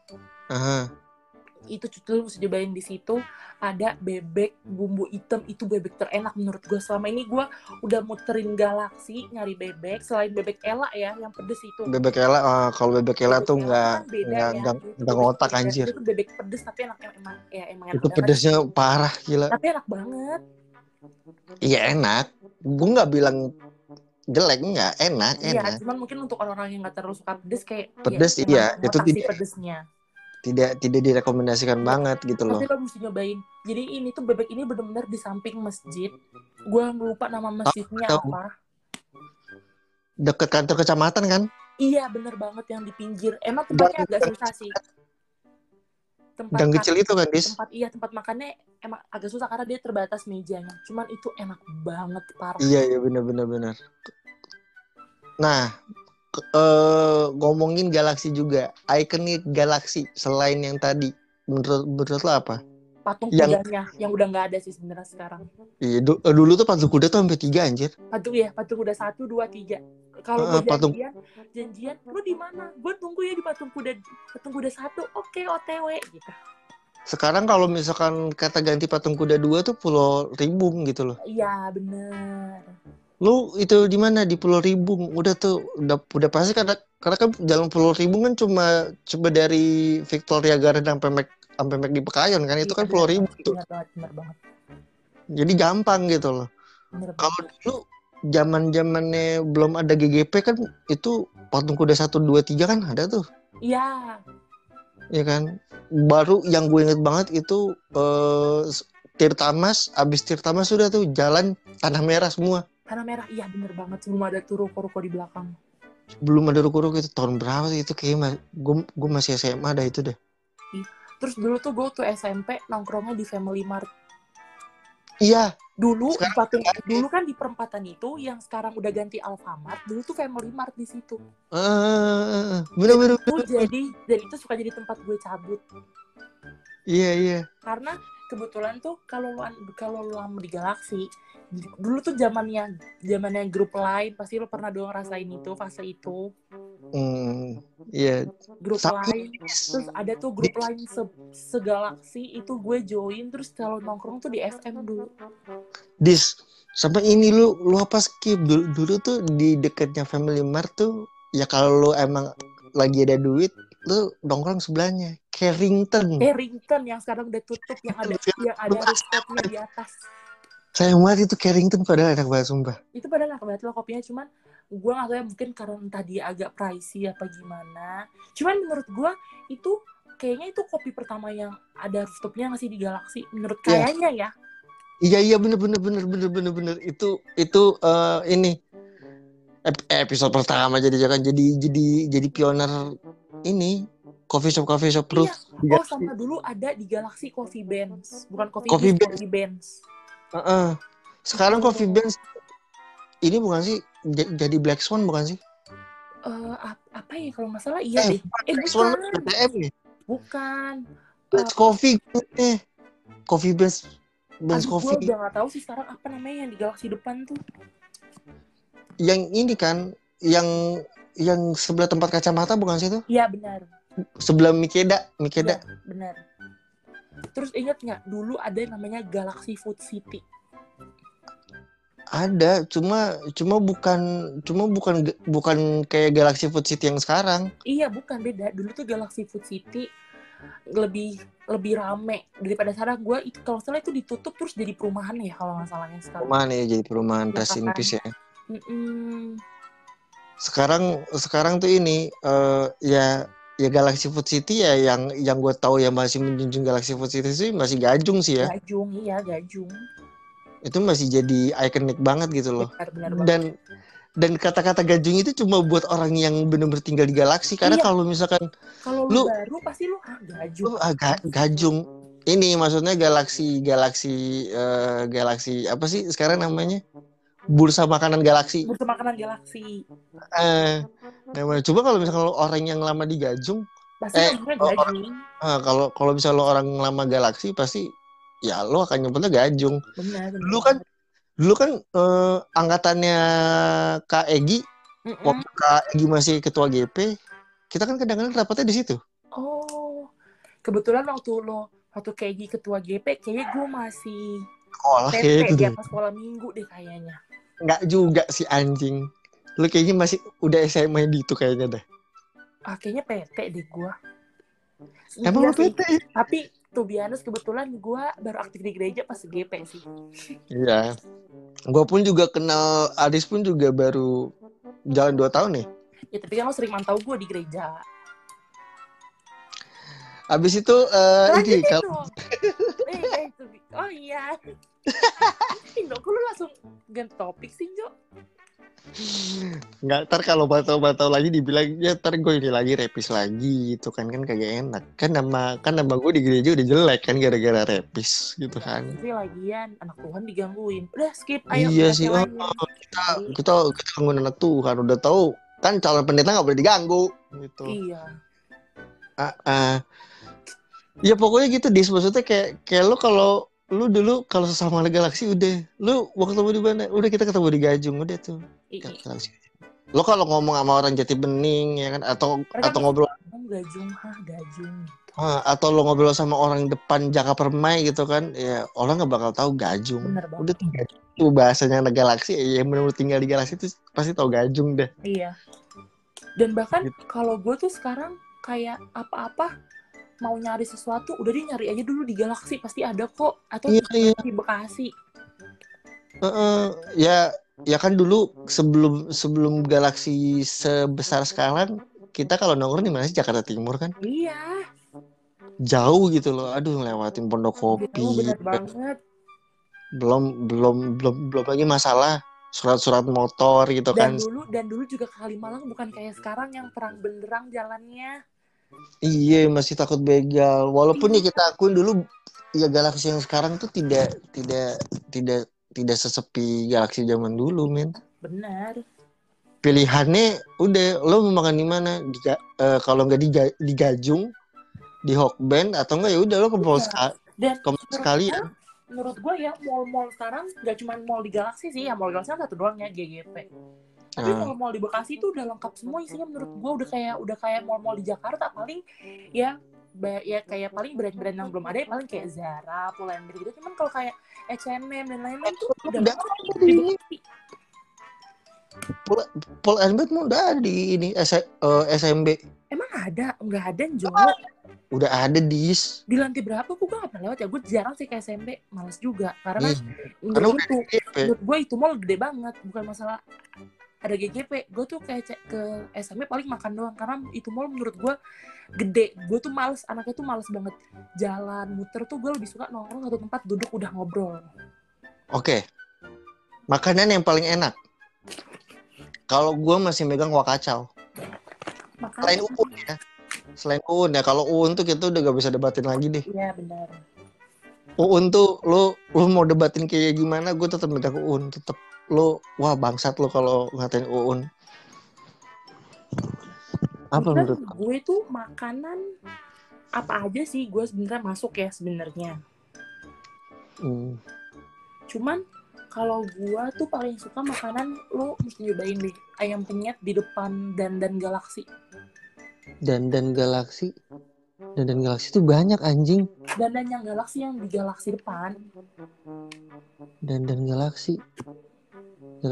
[SPEAKER 3] Itu lu mesti cobain di situ ada bebek bumbu hitam, itu bebek terenak menurut gue. Selama ini gue udah muterin Galaxy nyari bebek selain bebek Ella ya yang pedes itu.
[SPEAKER 2] Bebek Ella, kalau bebek Ella tuh nggak ngotak anjir.
[SPEAKER 3] Itu bebek pedes tapi emang enak.
[SPEAKER 2] Itu pedesnya parah gila.
[SPEAKER 3] Tapi enak banget.
[SPEAKER 2] Iya enak. Gue nggak bilang jelek, enggak, enak.
[SPEAKER 3] Iya, cuman mungkin untuk orang-orang yang nggak terlalu suka pedes kayak
[SPEAKER 2] pedes ya, itu tidak
[SPEAKER 3] pedesnya.
[SPEAKER 2] Tidak direkomendasikan banget gitu loh.
[SPEAKER 3] Tapi lo mesti nyobain. Jadi ini tuh bebek ini benar-benar di samping masjid. Gue lupa nama masjidnya apa.
[SPEAKER 2] Deket kantor kecamatan kan?
[SPEAKER 3] Iya, bener banget yang di pinggir. Emang tempatnya agak susah sih.
[SPEAKER 2] Gang kecil itu kan, Dis?
[SPEAKER 3] Tempat makannya emang agak susah karena dia terbatas mejanya. Cuman itu enak banget, parah.
[SPEAKER 2] Iya, benar. Nah, ngomongin Galaxy juga, ikonik Galaxy selain yang tadi, menurut lo apa?
[SPEAKER 3] Patung kudanya yang udah nggak ada sih sebenarnya sekarang.
[SPEAKER 2] Iya, dulu tuh patung kuda tuh sampai 3 anjir.
[SPEAKER 3] Patung kuda 1, 2, 3. Kalau gue janjian, lu di mana? Gue tunggu ya di patung kuda 1. Oke, OTW gitu. Sekarang
[SPEAKER 2] kalau misalkan kata ganti patung kuda 2 tuh Pulau Ribung gitu loh.
[SPEAKER 3] Iya, bener.
[SPEAKER 2] Lu itu di mana? Di Pulau Ribung. Udah udah pasti karena kan jalan Pulau Ribung kan cuma dari Victoria Garden sampai McD Pekayon kan, itu kan Pulau Ribung tuh.
[SPEAKER 3] Bener banget.
[SPEAKER 2] Jadi gampang gitu loh. Kalau dulu zaman-zamannya belum ada GGP kan, itu patung kuda 1, 2, 3 kan ada tuh.
[SPEAKER 3] Iya.
[SPEAKER 2] Iya kan. Baru yang gue inget banget itu Tirtamas. Abis Tirtamas sudah tuh jalan Tanah Merah semua.
[SPEAKER 3] Tanah Merah, iya bener banget. Sebelum ada tuh ruko-ruko di belakang.
[SPEAKER 2] Belum ada ruko-ruko itu tahun berapa sih itu kayaknya gue masih SMA dah itu deh.
[SPEAKER 3] Terus dulu tuh gue tuh SMP nongkrongnya di Family Mart.
[SPEAKER 2] Iya.
[SPEAKER 3] Dulu kan di perempatan itu yang sekarang udah ganti Alfamart, dulu tuh Family Mart di situ.
[SPEAKER 2] Bener.
[SPEAKER 3] Dan itu suka jadi tempat gue cabut.
[SPEAKER 2] Iya.
[SPEAKER 3] Karena kebetulan tuh kalau lu lama di Galaxy, dulu tuh zamannya grup lain, pasti lu pernah dong rasain itu fase itu.
[SPEAKER 2] Iya.
[SPEAKER 3] Grup lain, terus ada tuh grup lain segalaksi itu gue join, terus kalau nongkrong tuh di FM dulu.
[SPEAKER 2] Dis, sampai ini lu apa skip dulu tuh di dekatnya Family Mart tuh ya, kalau lu emang lagi ada duit lu nongkrong sebelahnya Carrington
[SPEAKER 3] yang sekarang udah tutup, yang ada rooftopnya di atas.
[SPEAKER 2] Sayang banget itu Carrington, padahal enak banget sumpah.
[SPEAKER 3] Itu padahal enak banget loh kopinya, cuman gue gak tahu ya, mungkin karena entah dia agak pricey apa gimana. Cuman menurut gue itu kayaknya itu kopi pertama yang ada rooftopnya nggak sih di Galaxy, menurut kayaknya ya. Iya
[SPEAKER 2] bener. Itu ini episode pertama jadi pioner ini coffee shop roof.
[SPEAKER 3] Iya. Sama dulu ada di Galaxy Coffee Beans, bukan Coffee Beans.
[SPEAKER 2] Sekarang Coffee Beans ini bukan sih jadi Black Swan bukan sih?
[SPEAKER 3] Apa ya kalau nggak salah iya deh.
[SPEAKER 2] Black Swan BTM ya?
[SPEAKER 3] Bukan.
[SPEAKER 2] Black Coffee Coffee Beans Coffee.
[SPEAKER 3] Gue udah nggak tahu sih sekarang apa namanya yang di Galaxy depan tuh.
[SPEAKER 2] Yang ini kan, yang sebelah tempat kacamata bukan sih itu?
[SPEAKER 3] Iya benar.
[SPEAKER 2] Sebelah Mikeda.
[SPEAKER 3] Ya, benar. Terus ingat nggak dulu ada yang namanya Galaxy Food City?
[SPEAKER 2] Ada, cuma bukan kayak Galaxy Food City yang sekarang.
[SPEAKER 3] Iya, bukan, beda. Dulu tuh Galaxy Food City lebih lebih rame daripada sana. Gue itu kalau salah itu ditutup terus jadi perumahan ya kalau nggak salahnya sekarang.
[SPEAKER 2] Perumahan ya, jadi perumahan
[SPEAKER 3] Ya
[SPEAKER 2] Rest in
[SPEAKER 3] kan?
[SPEAKER 2] Peace ya.
[SPEAKER 3] Mm-mm.
[SPEAKER 2] Sekarang tuh ini ya Galaxy Food City ya, yang gue tahu yang masih menjunjung Galaxy Food City sih masih Gajung sih ya.
[SPEAKER 3] Gajung, iya Gajung.
[SPEAKER 2] Itu masih jadi ikonik banget gitu loh.
[SPEAKER 3] Benar banget.
[SPEAKER 2] Dan kata-kata Gajung itu cuma buat orang yang benar-benar tinggal di galaksi. Karena
[SPEAKER 3] Iya.
[SPEAKER 2] kalau misalkan
[SPEAKER 3] Kalau lu baru pasti lu Gajung.
[SPEAKER 2] Gajung ini maksudnya galaksi apa sih sekarang namanya, bursa makanan galaksi.
[SPEAKER 3] Bursa makanan galaksi.
[SPEAKER 2] Namanya. Coba kalau misalkan lo orang yang lama di Gajung,
[SPEAKER 3] pasti namanya Gajung.
[SPEAKER 2] kalau misalnya lo orang lama galaksi pasti ya lo akan nyebutnya Gajung.
[SPEAKER 3] Benar.
[SPEAKER 2] Dulu kan angkatannya Kak Egi, waktu Kak Egi masih ketua GP, kita kan kadang-kadang rapatnya di situ.
[SPEAKER 3] Oh, kebetulan waktu kayak ketua GP, kayaknya gue masih
[SPEAKER 2] sekolah kayak itu
[SPEAKER 3] di atas sekolah minggu deh kayaknya.
[SPEAKER 2] Enggak juga sih anjing. Lu kayaknya masih udah SMA di itu kayaknya deh.
[SPEAKER 3] Kayaknya PT deh gue.
[SPEAKER 2] Emang lu PT?
[SPEAKER 3] Tapi to be honest, kebetulan gue baru aktif di gereja pas GP sih.
[SPEAKER 2] Iya. Gue pun juga kenal Adis pun juga baru jalan 2 tahun nih.
[SPEAKER 3] Ya tapi kan lo sering mantau gue di gereja.
[SPEAKER 2] Abis itu ini kalau
[SPEAKER 3] oh iya. Indo, kok lu langsung ganti topik sih, Jo?
[SPEAKER 2] Nggak, ntar kalau bantau lagi dibilang ya ntar gue ini lagi repis lagi gitu kan kagak enak kan, nama gue di gereja udah jelek kan gara-gara repis gitu kan.
[SPEAKER 3] Tapi lagian anak Tuhan digangguin, udah skip ayo.
[SPEAKER 2] Iya sih, kita gangguin anak Tuhan, udah tahu kan calon pendeta nggak boleh diganggu gitu.
[SPEAKER 3] Iya.
[SPEAKER 2] Ya pokoknya gitu dis, maksudnya kayak lu kalau lu dulu kalau sesama galaksi udah lu mau ketemu di mana, udah kita ketemu di Gajung udah tuh. Galaksi. Lo kalau ngomong sama orang Jati Bening ya kan, atau ngobrol
[SPEAKER 3] Gajung.
[SPEAKER 2] atau lo ngobrol sama orang depan Jaka Permai gitu kan, ya orang nggak bakal tahu Gajung. Udah tuh Gajung tuh bahasanya anak galaksi ya, yang benar-benar tinggal di galaksi itu pasti tahu Gajung deh.
[SPEAKER 3] Iya. Dan bahkan gitu. Kalau gue tuh sekarang kayak apa-apa mau nyari sesuatu, udah dia nyari aja dulu di galaksi pasti ada kok, atau di Bekasi.
[SPEAKER 2] Ya kan dulu sebelum galaksi sebesar sekarang, kita kalau nongkrong di mana sih, Jakarta Timur kan?
[SPEAKER 3] Iya.
[SPEAKER 2] Jauh gitu loh. Aduh, ngelewatin Pondok Kopi.
[SPEAKER 3] Benar banget.
[SPEAKER 2] Belum lagi masalah surat-surat motor gitu kan.
[SPEAKER 3] Dan dulu juga Kalimalang bukan kayak sekarang yang terang benderang jalannya.
[SPEAKER 2] Iya, masih takut begal. Walaupun ya kita akuin dulu ya galaksi yang sekarang tuh tidak sesepi galaksi zaman dulu, men.
[SPEAKER 3] Benar.
[SPEAKER 2] Pilihannya udah lo mau makan di mana? Kalau nggak di Gajung, di Hokben, atau enggak ya udah lo ke mall sekali ya.
[SPEAKER 3] Menurut gue ya mall-mall sekarang nggak cuma mall di Galaksi sih, ya mall Galaksi kan satu doang ya, GGP. Tapi mall-mall di Bekasi itu udah lengkap semua isinya menurut gue, udah kayak mall-mall di Jakarta paling ya kayak paling brand-brand yang belum ada ya paling kayak Zara, Pull&Bear gitu. Cuman kalau kayak H&M dan lain-lain tuh udah di Bekasi.
[SPEAKER 2] Pull&Bear udah ada di ini SMB.
[SPEAKER 3] Emang ada? Enggak ada, Jo.
[SPEAKER 2] Udah ada di
[SPEAKER 3] lantai berapa? Gue gak pernah lewat ya. Gue jarang sih ke SMB. Males juga. Karena menurut gue itu mall gede banget. Bukan masalah ada GGP. Gue tuh kayak ke SMB paling makan doang. Karena itu mall menurut gue gede. Gue tuh males. Anaknya tuh males banget. Jalan, muter tuh gue lebih suka nongkrong satu tempat, duduk udah ngobrol.
[SPEAKER 2] Oke. Makanan yang paling enak. Kalau gue masih megang wakacau. Selain Uun ya, kalau Uun tuh kita udah gak bisa debatin lagi deh.
[SPEAKER 3] Iya benar.
[SPEAKER 2] Uun tuh lu mau debatin kayak gimana, gue tetap megang Uun. Tetap lu wah bangsat lu kalau ngatain Uun. Apa menurut
[SPEAKER 3] gue tuh makanan apa aja sih gue sebenarnya masuk ya sebenarnya. Cuman kalau gue tuh paling suka makanan, lo mesti nyobain deh ayam penyet di depan Dandan Galaksi.
[SPEAKER 2] Dandan Galaksi tuh banyak anjing.
[SPEAKER 3] Dandan yang Galaksi yang di Galaksi depan.
[SPEAKER 2] Dandan Galaksi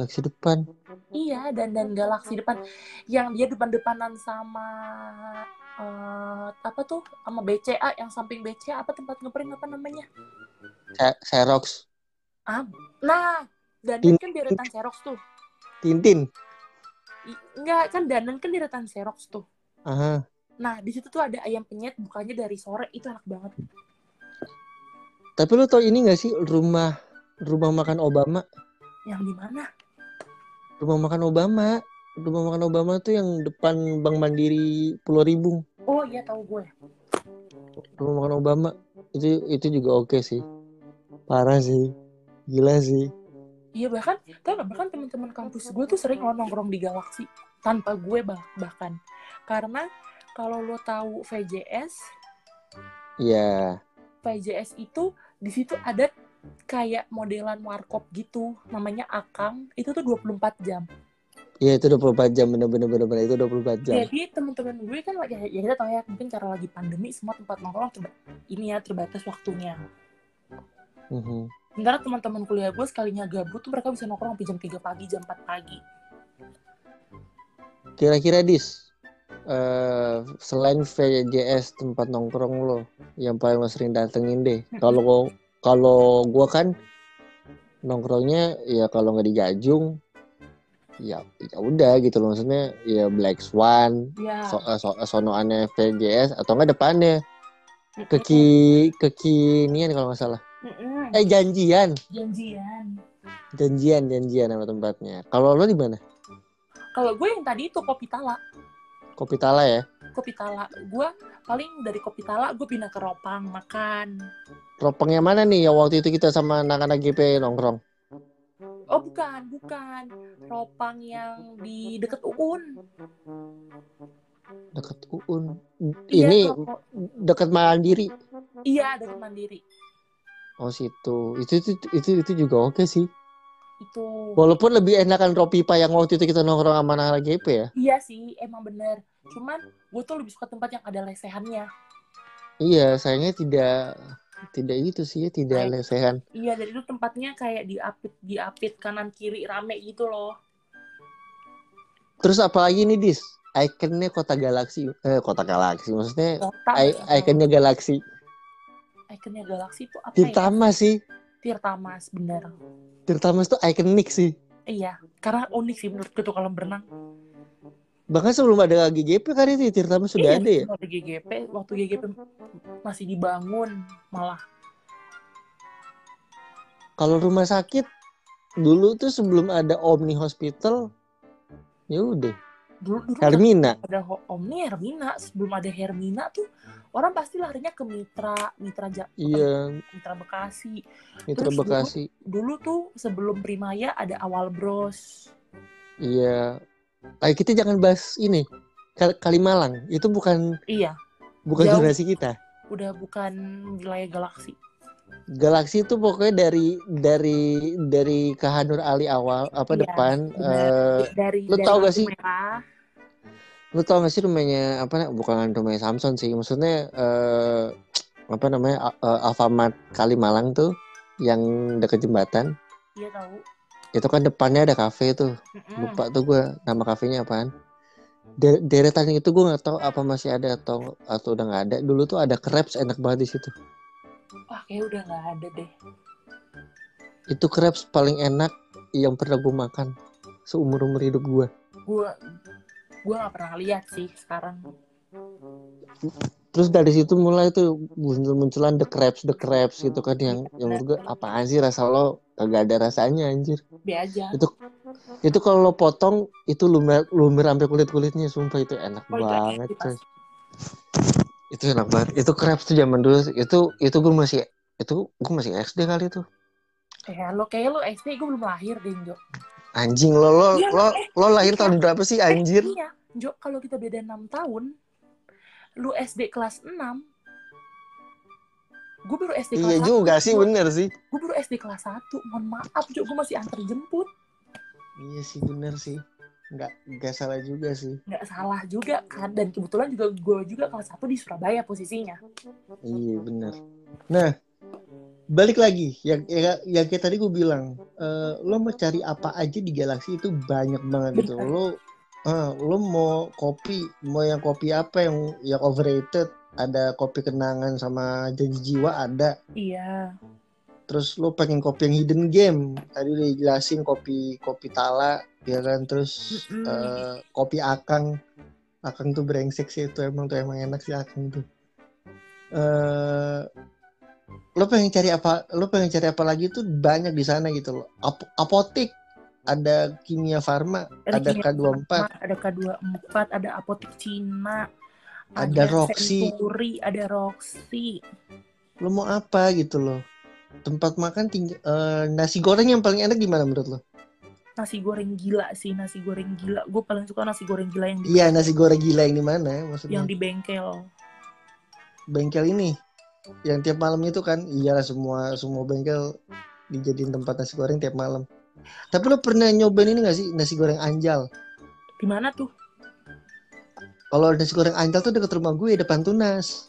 [SPEAKER 2] depan.
[SPEAKER 3] Iya, Dandan Galaksi depan yang dia depan-depanan sama Apa tuh sama BCA yang samping BCA apa tempat ngeprint apa namanya?
[SPEAKER 2] Xerox.
[SPEAKER 3] Nah, Danan kan deretan Xerox tuh.
[SPEAKER 2] Tintin.
[SPEAKER 3] Enggak, kan Danan kan deretan Xerox tuh.
[SPEAKER 2] Aha.
[SPEAKER 3] Nah, di situ tuh ada ayam penyet bukanya dari sore, itu enak banget.
[SPEAKER 2] Tapi lu tau ini gak sih rumah makan Obama?
[SPEAKER 3] Yang di mana?
[SPEAKER 2] Rumah makan Obama tuh yang depan Bank Mandiri Pulau Ribung.
[SPEAKER 3] Oh iya, tahu gue.
[SPEAKER 2] Rumah makan Obama itu juga oke sih. Parah sih. Gila sih.
[SPEAKER 3] Iya, bahkan teman-teman kampus gue tuh sering nongkrong di Galaxy tanpa gue bahkan. Karena kalau lo tahu VJS,
[SPEAKER 2] Iya.
[SPEAKER 3] VJS itu di situ ada kayak modelan warkop gitu, namanya Akang, itu tuh 24 jam.
[SPEAKER 2] Iya, itu 24 jam, bener itu 24 jam.
[SPEAKER 3] Jadi teman-teman gue kan ya kita tahu ya, mungkin cara lagi pandemi semua tempat nongkrong terbatas waktunya. Sementara teman-teman kuliah gue sekalinya gabut tuh mereka bisa nongkrong sampai jam 3 pagi, jam 4 pagi.
[SPEAKER 2] Kira-kira Dis, selain VJS tempat nongkrong lo, yang paling lo sering datengin deh. Kalau gue kan nongkrongnya ya kalau nggak di Gajung, ya udah gitu loh, maksudnya ya Black Swan, sonoannya VJS atau nggak depannya kekinian kalau nggak salah. Janjian nama tempatnya. Kalau lo di mana?
[SPEAKER 3] Kalau gue yang tadi itu Kopi Tala
[SPEAKER 2] ya.
[SPEAKER 3] Kopi Tala. Gue paling dari Kopi Tala gue pindah ke Ropang makan.
[SPEAKER 2] Ropang yang mana nih? Yang waktu itu kita sama anak-anak GP nongkrong.
[SPEAKER 3] Oh bukan. Ropang yang di deket UUN.
[SPEAKER 2] Deket UUN. Ini deket Mandiri.
[SPEAKER 3] Iya, deket Mandiri.
[SPEAKER 2] Oh situ. Itu juga oke sih.
[SPEAKER 3] Itu.
[SPEAKER 2] Walaupun lebih enakan Ropipa yang waktu itu kita nongkrong sama anak GP ya.
[SPEAKER 3] Iya sih, emang bener. Cuman gue tuh lebih suka tempat yang ada lesehannya.
[SPEAKER 2] Iya, sayangnya tidak itu sih ya, tidak lesehan.
[SPEAKER 3] Iya, dan itu tempatnya kayak diapit kanan kiri rame gitu loh.
[SPEAKER 2] Terus apalagi nih Dis? Ikonnya Kota Galaxy maksudnya ikonnya Galaxy.
[SPEAKER 3] Ikonnya Galaxy itu apa
[SPEAKER 2] Tirtamas
[SPEAKER 3] ya?
[SPEAKER 2] sih.
[SPEAKER 3] Tirtamas, bener.
[SPEAKER 2] Tirtamas tuh ikonik sih.
[SPEAKER 3] Iya, karena unik sih menurutku tuh kolam berenang.
[SPEAKER 2] Bahkan sebelum ada GGP kan itu Tirtamas sudah ada ya?
[SPEAKER 3] Ada GGP, waktu GGP masih dibangun malah.
[SPEAKER 2] Kalau rumah sakit dulu tuh sebelum ada Omni Hospital, ya udah.
[SPEAKER 3] Dulu
[SPEAKER 2] Hermina.
[SPEAKER 3] Ada Omni Hermina, sebelum ada Hermina tuh orang pasti larinya ke Mitra Bekasi.
[SPEAKER 2] Mitra Bekasi.
[SPEAKER 3] Dulu tuh sebelum Primaya ada Awal Bros.
[SPEAKER 2] Iya. Kita jangan bahas ini. Kalimalang itu bukan.
[SPEAKER 3] Iya.
[SPEAKER 2] Bukan generasi kita.
[SPEAKER 3] Udah bukan wilayah Galaxy.
[SPEAKER 2] Galaxy itu pokoknya dari Kahanur Ali awal depan. Lu tau gak sih? Lu tau gak sih rumahnya bukan rumahnya Samson sih, maksudnya Alfamart Kalimalang tuh yang dekat jembatan.
[SPEAKER 3] Iya tahu.
[SPEAKER 2] Itu kan depannya ada kafe tuh. Lupa tuh gue nama kafenya apaan. Deretan itu gue nggak tahu apa masih ada atau udah nggak ada. Dulu tuh ada crepes enak banget di situ.
[SPEAKER 3] Wah, kayak udah nggak ada deh.
[SPEAKER 2] Itu crepes paling enak yang pernah gue makan seumur hidup gue.
[SPEAKER 3] Gue nggak pernah lihat sih sekarang.
[SPEAKER 2] Terus dari situ mulai tuh munculan the crepes gitu kan yang menurut gue apaan sih rasa lo kagak ada rasanya anjir.
[SPEAKER 3] Be aja.
[SPEAKER 2] Itu kalau lo potong itu lumer sampai kulitnya, sumpah itu enak banget. Itu enak banget. Itu crepes tuh zaman dulu itu gue masih SD kali tuh.
[SPEAKER 3] Kayak lo SD, gue belum lahir deh, Jo.
[SPEAKER 2] Anjing lo lahir tahun berapa sih anjir?
[SPEAKER 3] Iya, Jo, kalau kita beda 6 tahun, lu SD kelas 6, gue baru SD kelas 1.
[SPEAKER 2] Iya juga sih, bener sih.
[SPEAKER 3] Gue baru SD kelas 1, mohon maaf, Jo, gue masih antar jemput.
[SPEAKER 2] Iya sih, bener sih. Nggak salah juga sih.
[SPEAKER 3] Nggak salah juga kan, dan kebetulan gue juga kelas 1 di Surabaya posisinya.
[SPEAKER 2] Iya bener. Nah, balik lagi yang kayak tadi gue bilang, lo mau cari apa aja di Galaxy itu banyak banget gitu. Lo mau yang kopi apa yang overrated? Ada kopi kenangan sama janji jiwa ada.
[SPEAKER 3] Iya.
[SPEAKER 2] Terus lo pengen kopi yang hidden game? Tadi udah jelasin kopi Tala, ya kan? Terus kopi Akang tuh brengsek sih, itu emang enak sih Akang tuh. Lo pengen cari apa lagi tuh banyak di sana gitu loh. Apotik, ada Kimia Farma, ada K24,
[SPEAKER 3] ada K24, ada Apotik Cina,
[SPEAKER 2] ada Roxy,
[SPEAKER 3] Century, ada Roxy.
[SPEAKER 2] Lo mau apa gitu loh? Tempat makan nasi goreng yang paling enak di mana menurut lo?
[SPEAKER 3] Nasi goreng gila sih, nasi goreng gila. Gue paling suka nasi goreng gila yang di
[SPEAKER 2] Iya, nasi goreng gila yang di mana maksudnya?
[SPEAKER 3] Yang di bengkel.
[SPEAKER 2] Bengkel ini yang tiap malam itu kan? Iyalah, semua bengkel dijadiin tempat nasi goreng tiap malam. Tapi lo pernah nyobain ini gak sih, nasi goreng Anjal?
[SPEAKER 3] Di mana tuh?
[SPEAKER 2] Kalau nasi goreng Anjal tuh dekat rumah gue, depan Tunas.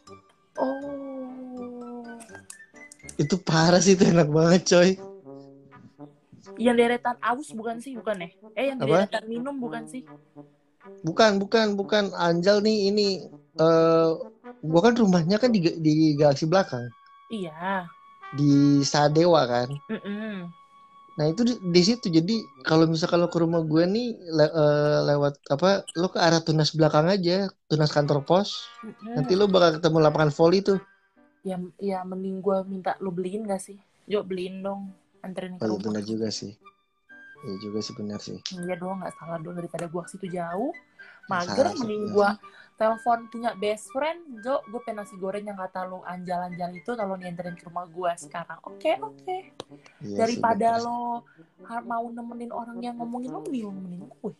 [SPEAKER 3] Oh.
[SPEAKER 2] Itu parah sih, itu enak banget coy.
[SPEAKER 3] Yang deretan Aus bukan sih? Bukan ya? Yang deretan minum bukan sih?
[SPEAKER 2] Bukan. Anjal nih ini. Gua kan rumahnya kan di Galaksi Belakang.
[SPEAKER 3] Iya.
[SPEAKER 2] Di Sadewa kan. Nah itu di situ. Jadi kalau misalkan lo ke rumah gue nih lewat apa? Lo ke arah Tunas belakang aja, Tunas kantor pos. Nanti lo bakal ketemu lapangan voli tuh.
[SPEAKER 3] Ya mending gue minta lo beliin gak sih? Yuk beliin dong. Anterin ke rumah.
[SPEAKER 2] Iya benar juga sih. Iya juga sih, benar sih.
[SPEAKER 3] Iya dong, gak salah dong, daripada gue ke situ jauh. Mager, mending gue telepon punya best friend, Jo, gue pengen nasi goreng yang kata lo anjal-anjal itu, kalau dianterin ke rumah gue sekarang. Oke. Iya, daripada sih, lo mau nemenin orang yang ngomongin lo, mending lo nemenin gue.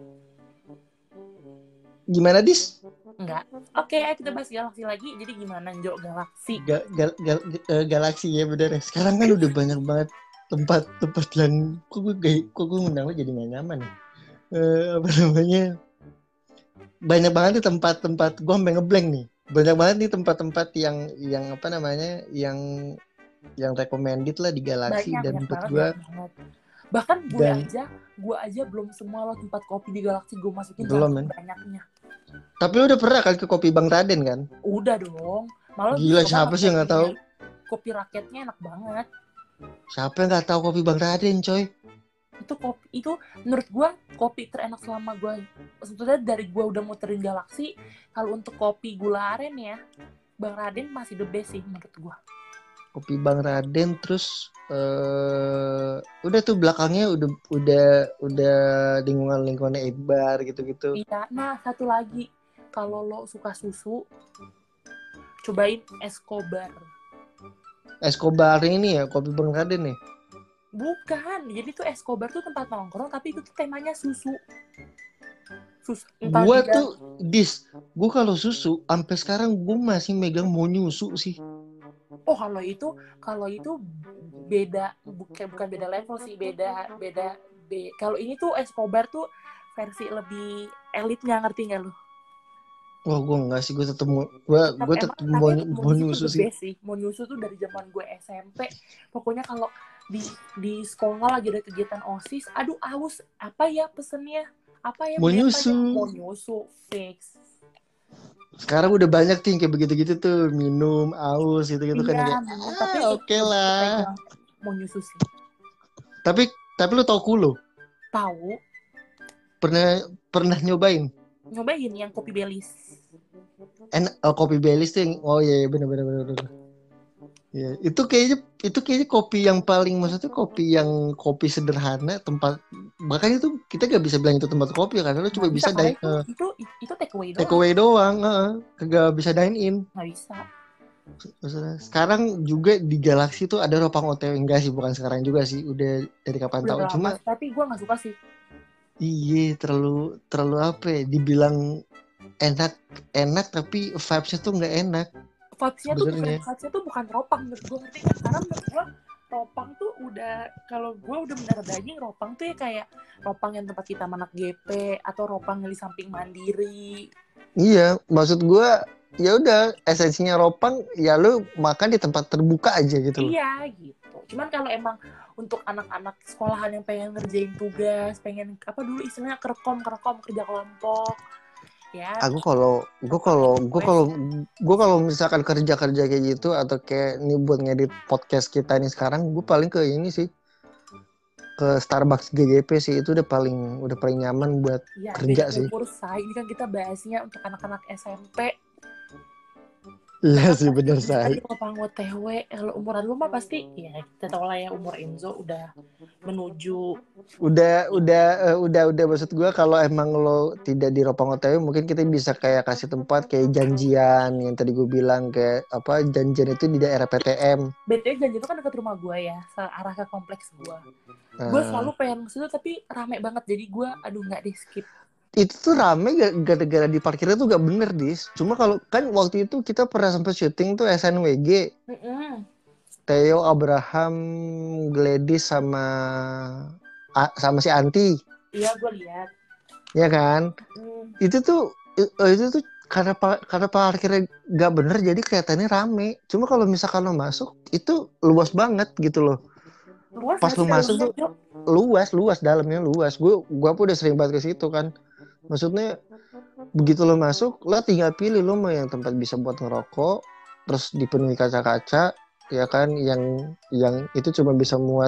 [SPEAKER 2] Gimana, Dis?
[SPEAKER 3] Enggak. Oke, kita bahas Galaxy lagi. Jadi gimana, Jo, Galaxy?
[SPEAKER 2] Galaxy ya, bener ya. Sekarang kan udah banyak banget tempat yang kok gue ngundang lo jadi nggak nyaman ya. Apa namanya, banyak banget nih tempat gue sampai ngeblank nih, banyak banget nih tempat-tempat yang apa namanya yang recommended lah di Galaxy. Dan menurut gue
[SPEAKER 3] bahkan gue aja belum semua lo tempat kopi di Galaxy gue masukin belum banyaknya.
[SPEAKER 2] Tapi lo udah pernah kali ke Kopi Bang Raden kan?
[SPEAKER 3] Udah dong. Malah
[SPEAKER 2] gila, siapa sih yang nggak tahu?
[SPEAKER 3] Kopi rakyatnya enak banget.
[SPEAKER 2] Siapa yang nggak tahu Kopi Bang Raden, coy?
[SPEAKER 3] Itu menurut gue kopi terenak selama gue sebetulnya dari gue udah muterin Galaxy. Kalau untuk kopi gula aren ya, Bang Raden masih the best sih menurut gue. Kopi
[SPEAKER 2] Bang Raden, terus udah tuh belakangnya udah lingkungan Ebar gitu-gitu.
[SPEAKER 3] Iya. Nah, satu lagi, kalau lo suka susu, cobain Escobar
[SPEAKER 2] ini ya, Kopi Bang Raden nih.
[SPEAKER 3] Bukan, jadi tuh Escobar tuh tempat nongkrong tapi itu tuh temanya susu.
[SPEAKER 2] Gue kalau susu sampai sekarang gue masih megang mau nyusu sih.
[SPEAKER 3] Oh, kalau itu beda, bukan beda level sih, beda. Kalau ini tuh Escobar tuh versi lebih elitnya, ngerti nggak lu?
[SPEAKER 2] Wah, gue enggak sih, gue tetap mau nyusu sih.
[SPEAKER 3] Mau nyusu tuh dari zaman gue SMP. Pokoknya kalau di sekolah lagi ada kegiatan OSIS, aduh aus, apa ya pesennya? Apa ya?
[SPEAKER 2] Mau
[SPEAKER 3] nyusu fix.
[SPEAKER 2] Sekarang udah banyak ting kayak begitu-gitu tuh, minum aus gitu-gitu kan kayak.
[SPEAKER 3] Tapi
[SPEAKER 2] oke lah.
[SPEAKER 3] Mau nyusu sih.
[SPEAKER 2] Tapi lu tau Kulo?
[SPEAKER 3] Tahu.
[SPEAKER 2] Pernah nyobain?
[SPEAKER 3] Nyobain yang kopi Baileys.
[SPEAKER 2] Kopi Baileys tuh yang iya benar. Ya, itu kayaknya kopi yang paling, maksudnya kopi sederhana, tempat makanya itu kita gak bisa bilang itu tempat kopi karena lo cuma bisa
[SPEAKER 3] itu take
[SPEAKER 2] away doang, kagak bisa dine in.
[SPEAKER 3] Nggak bisa.
[SPEAKER 2] Sekarang juga di Galaxy tuh ada Ropang OTW, enggak sih, bukan sekarang juga sih, udah dari kapan tahu, cuma
[SPEAKER 3] tapi gue nggak suka sih.
[SPEAKER 2] Iya, terlalu apa ya, dibilang enak tapi vibes-nya tuh nggak enak.
[SPEAKER 3] Vibes-nya tuh bukan Ropang menurut gue, ngerti kan? Karena menurut gue Ropang tuh udah, kalau gue udah mendarah daging, Ropang tuh ya kayak Ropang yang tempat kita manak GP atau Ropang yang di samping Mandiri.
[SPEAKER 2] Iya, maksud gue ya udah esensinya ropang ya lu makan di tempat terbuka aja gitu loh.
[SPEAKER 3] Iya gitu. Cuman kalau emang untuk anak-anak sekolahan yang pengen ngerjain tugas, pengen apa dulu istilahnya kerekom kerja kelompok, ya.
[SPEAKER 2] Aku kalau misalkan kerja kayak gitu atau kayak ini buat ngedit podcast kita nih sekarang, gue paling ke ini sih, ke Starbucks GGP sih. Itu udah paling nyaman buat
[SPEAKER 3] Ya,
[SPEAKER 2] kerja
[SPEAKER 3] beda
[SPEAKER 2] sih.
[SPEAKER 3] umur say. Ini kan kita bahasnya untuk anak-anak SMP.
[SPEAKER 2] Iya sih bener
[SPEAKER 3] Bisa
[SPEAKER 2] say.
[SPEAKER 3] di lapang OTW. Kalau umuran lu mah pasti ya kita tahu lah ya, umur Enzo udah menuju.
[SPEAKER 2] Udah maksud gue kalau emang lo tidak di Ropang OTW mungkin kita bisa kayak kasih tempat kayak janjian yang tadi gue bilang kayak apa janjian itu di daerah PTM.
[SPEAKER 3] BTW janji itu kan dekat rumah gue ya, arah ke kompleks gue. Gue selalu pengen ke situ tapi rame banget, jadi gue aduh nggak di skip.
[SPEAKER 2] Itu tuh rame gara-gara di parkirnya tuh gak bener dis. Cuma kalau kan waktu itu kita pernah sempet syuting tuh SNWG. Theo, Abraham, Gladys sama si Anti.
[SPEAKER 3] Iya gue lihat.
[SPEAKER 2] Ya kan? Itu tuh karena parkirnya gak bener jadi kelihatannya rame. Cuma kalau misalkan lo masuk itu luas banget gitu loh.
[SPEAKER 3] Luas
[SPEAKER 2] pas lo masuk tuh luas dalamnya luas. Gua pun udah sering banget ke situ kan. Maksudnya begitu lo masuk, lo tinggal pilih lo mau yang tempat bisa buat ngerokok, terus dipenuhi kaca-kaca, ya kan, yang itu cuma bisa muat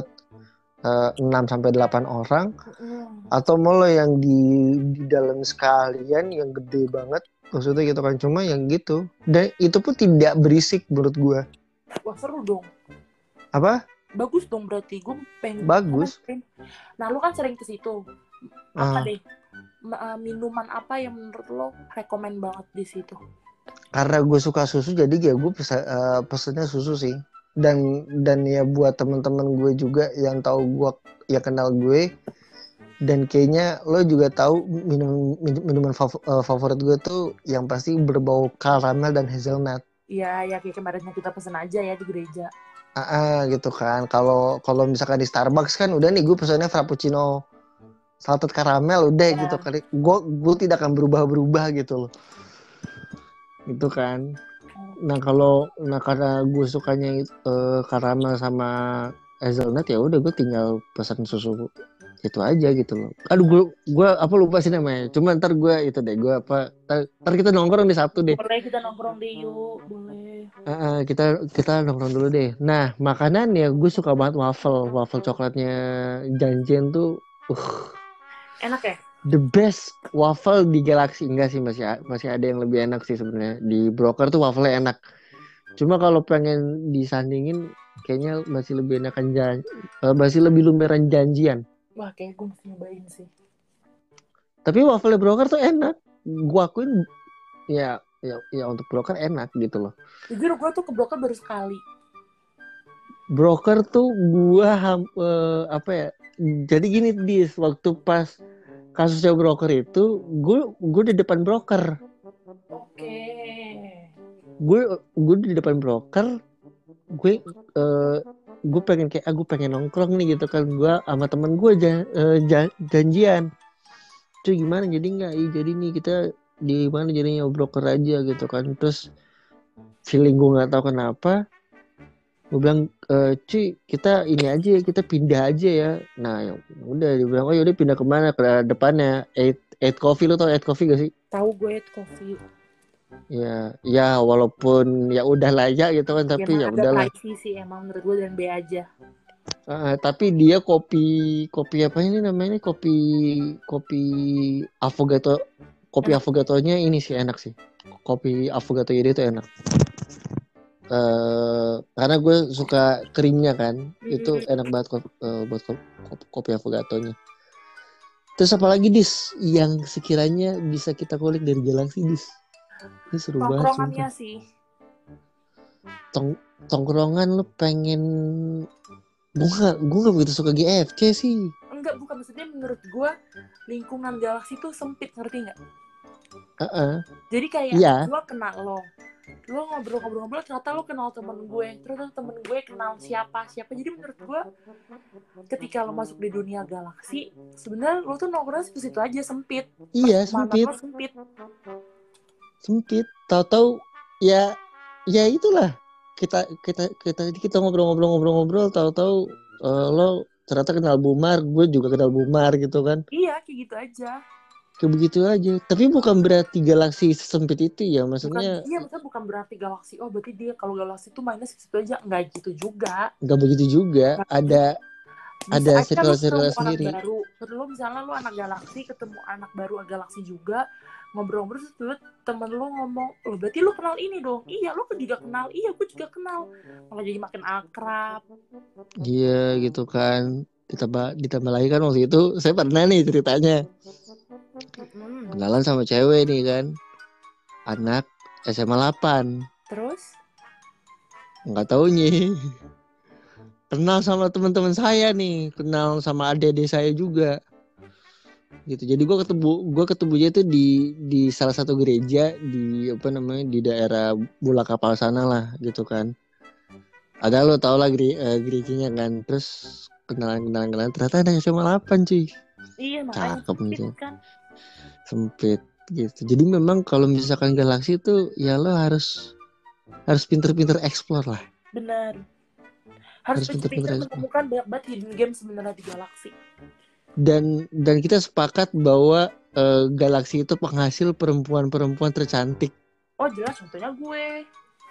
[SPEAKER 2] 6-8 orang, atau mau lo yang di dalam sekalian yang gede banget, maksudnya gitu kan, cuma yang gitu. Dan itu pun tidak berisik menurut gue.
[SPEAKER 3] Wah seru dong.
[SPEAKER 2] Apa?
[SPEAKER 3] Bagus dong berarti, gue pengen.
[SPEAKER 2] Bagus.
[SPEAKER 3] Nah lu kan sering ke situ. Apa deh? Minuman apa yang menurut lo rekomen banget di situ?
[SPEAKER 2] Karena gue suka susu jadi ya gue pesennya susu sih. Dan ya buat teman-teman gue juga yang tahu gue ya kenal gue, dan kayaknya lo juga tahu minuman favorit gue tuh yang pasti berbau karamel dan hazelnut.
[SPEAKER 3] Iya ya kayak kemarinnya kita pesen aja ya di gereja.
[SPEAKER 2] Gitu kan. Kalau misalkan di Starbucks kan udah nih gue pesannya frappuccino salted karamel udah gitu kali. Gue tidak akan berubah gitu loh. Gitu kan. Nah karena gue sukanya karamel sama hazelnut ya udah gue tinggal pesan susu itu aja gitu loh. Aduh gue apa lupa sih namanya. Cuma ntar gue itu deh gue apa ntar kita nongkrong di Sabtu deh.
[SPEAKER 3] Boleh kita nongkrong deh yuk, boleh.
[SPEAKER 2] Kita nongkrong dulu deh. Nah makanan ya gue suka banget waffle coklatnya Janjian tuh.
[SPEAKER 3] Enak ya?
[SPEAKER 2] The best waffle di Galaxy. Enggak sih, masih ada yang lebih enak sih sebenarnya. Di Broker tuh waffle enak. Cuma kalau pengen disandingin kayaknya masih lebih enakan masih lebih lumayan Janjian.
[SPEAKER 3] Wah kayak gue mesti nyobain sih.
[SPEAKER 2] Tapi waffle Broker tuh enak. Gue akuin ya untuk Broker enak gitu loh.
[SPEAKER 3] Jujur gue tuh ke Broker baru sekali.
[SPEAKER 2] Broker tuh gue apa ya? Jadi gini waktu pas kasusnya Broker itu gue di depan Broker.
[SPEAKER 3] Oke.
[SPEAKER 2] Gue di depan Broker. Gue pengen kayak gue pengen nongkrong nih gitu kan. Gue sama temen gue janjian. Cuy gimana jadi nggak? Jadi nih kita di mana jadinya Broker aja gitu kan. Terus feeling gue nggak tahu kenapa. Gue bilang, cuy kita ini aja, kita pindah aja ya. Nah ya udah dia bilang, oh yaudah pindah kemana? Ke depannya, Eight Coffee. Lo tau Eight Coffee gak sih?
[SPEAKER 3] Tahu gue Eight Coffee.
[SPEAKER 2] Ya walaupun ya udah layak gitu kan, tapi ya udahlah.
[SPEAKER 3] Pricey sih emang menurut gue dan B aja.
[SPEAKER 2] Tapi dia kopi apa ini namanya, kopi affogato. Kopi affogatonya ini sih enak sih. Kopi affogato dia itu enak. Karena gue suka krimnya kan, itu enak banget buat kopi affogatonya. Terus apa lagi dis yang sekiranya bisa kita kulik dari Galaxy dis? Ini seru banget.
[SPEAKER 3] Tongkrongannya sih.
[SPEAKER 2] Tongkrongan lu pengen? Gue nggak begitu suka GFC sih.
[SPEAKER 3] Enggak, bukan, maksudnya menurut gue lingkungan Galaxy tuh sempit, ngerti nggak? Jadi kayak gue kenal lo ngobrol-ngobrol ternyata lo kenal temen gue, terus temen gue kenal siapa, jadi menurut gue ketika lo masuk di dunia Galaxy sebenarnya lo tuh nongkrong situ aja sempit.
[SPEAKER 2] Iya sempit. Tahu-tahu Ya, ya itulah. Kita ngobrol, tahu-tahu lo ternyata kenal Bumar, gue juga kenal Bumar gitu kan.
[SPEAKER 3] Iya, kayak gitu aja.
[SPEAKER 2] Kayak begitu aja. Tapi bukan berarti galaksi sesempit itu ya, maksudnya.
[SPEAKER 3] Maksudnya bukan berarti galaksi. Oh, berarti dia kalau galaksi itu mainnya situ aja. Nggak gitu juga.
[SPEAKER 2] Nggak begitu juga.
[SPEAKER 3] Nggak gitu.
[SPEAKER 2] Ada
[SPEAKER 3] Bisa aja lu
[SPEAKER 2] circle-circle
[SPEAKER 3] ketemu anak
[SPEAKER 2] sendiri.
[SPEAKER 3] baru. Lu misalnya lu anak galaksi, ketemu anak baru galaksi juga, ngobrol-ngobrol terus temen lu ngomong, lo berarti lu kenal ini dong. Iya, lu juga kenal. Iya, gue juga kenal. Malah jadi makin akrab.
[SPEAKER 2] Iya gitu kan. Ditambah lagi kan waktu itu saya pernah nih ceritanya. Kenalan sama cewek nih kan. Anak SMA 8.
[SPEAKER 3] Terus?
[SPEAKER 2] Nggak taunya kenal sama teman-teman saya nih, kenal sama adik-adik saya juga gitu. Jadi gue ketemunya itu di salah satu gereja di apa namanya di daerah Bola Kapal sana lah gitu kan. Ada lo tau lah gerejanya kan. Terus kenalan ternyata ada SMA 8 cuy.
[SPEAKER 3] Iya, makanya
[SPEAKER 2] Cakep nih
[SPEAKER 3] sempit kan.
[SPEAKER 2] Sempit gitu. Jadi memang kalau misalkan galaksi itu ya lo harus pinter-pinter explore lah.
[SPEAKER 3] Benar. Harus pinter-pinter menemukan banyak banget hidden game sebenarnya di galaksi.
[SPEAKER 2] Dan kita sepakat bahwa galaksi itu penghasil perempuan tercantik.
[SPEAKER 3] Oh jelas, contohnya gue.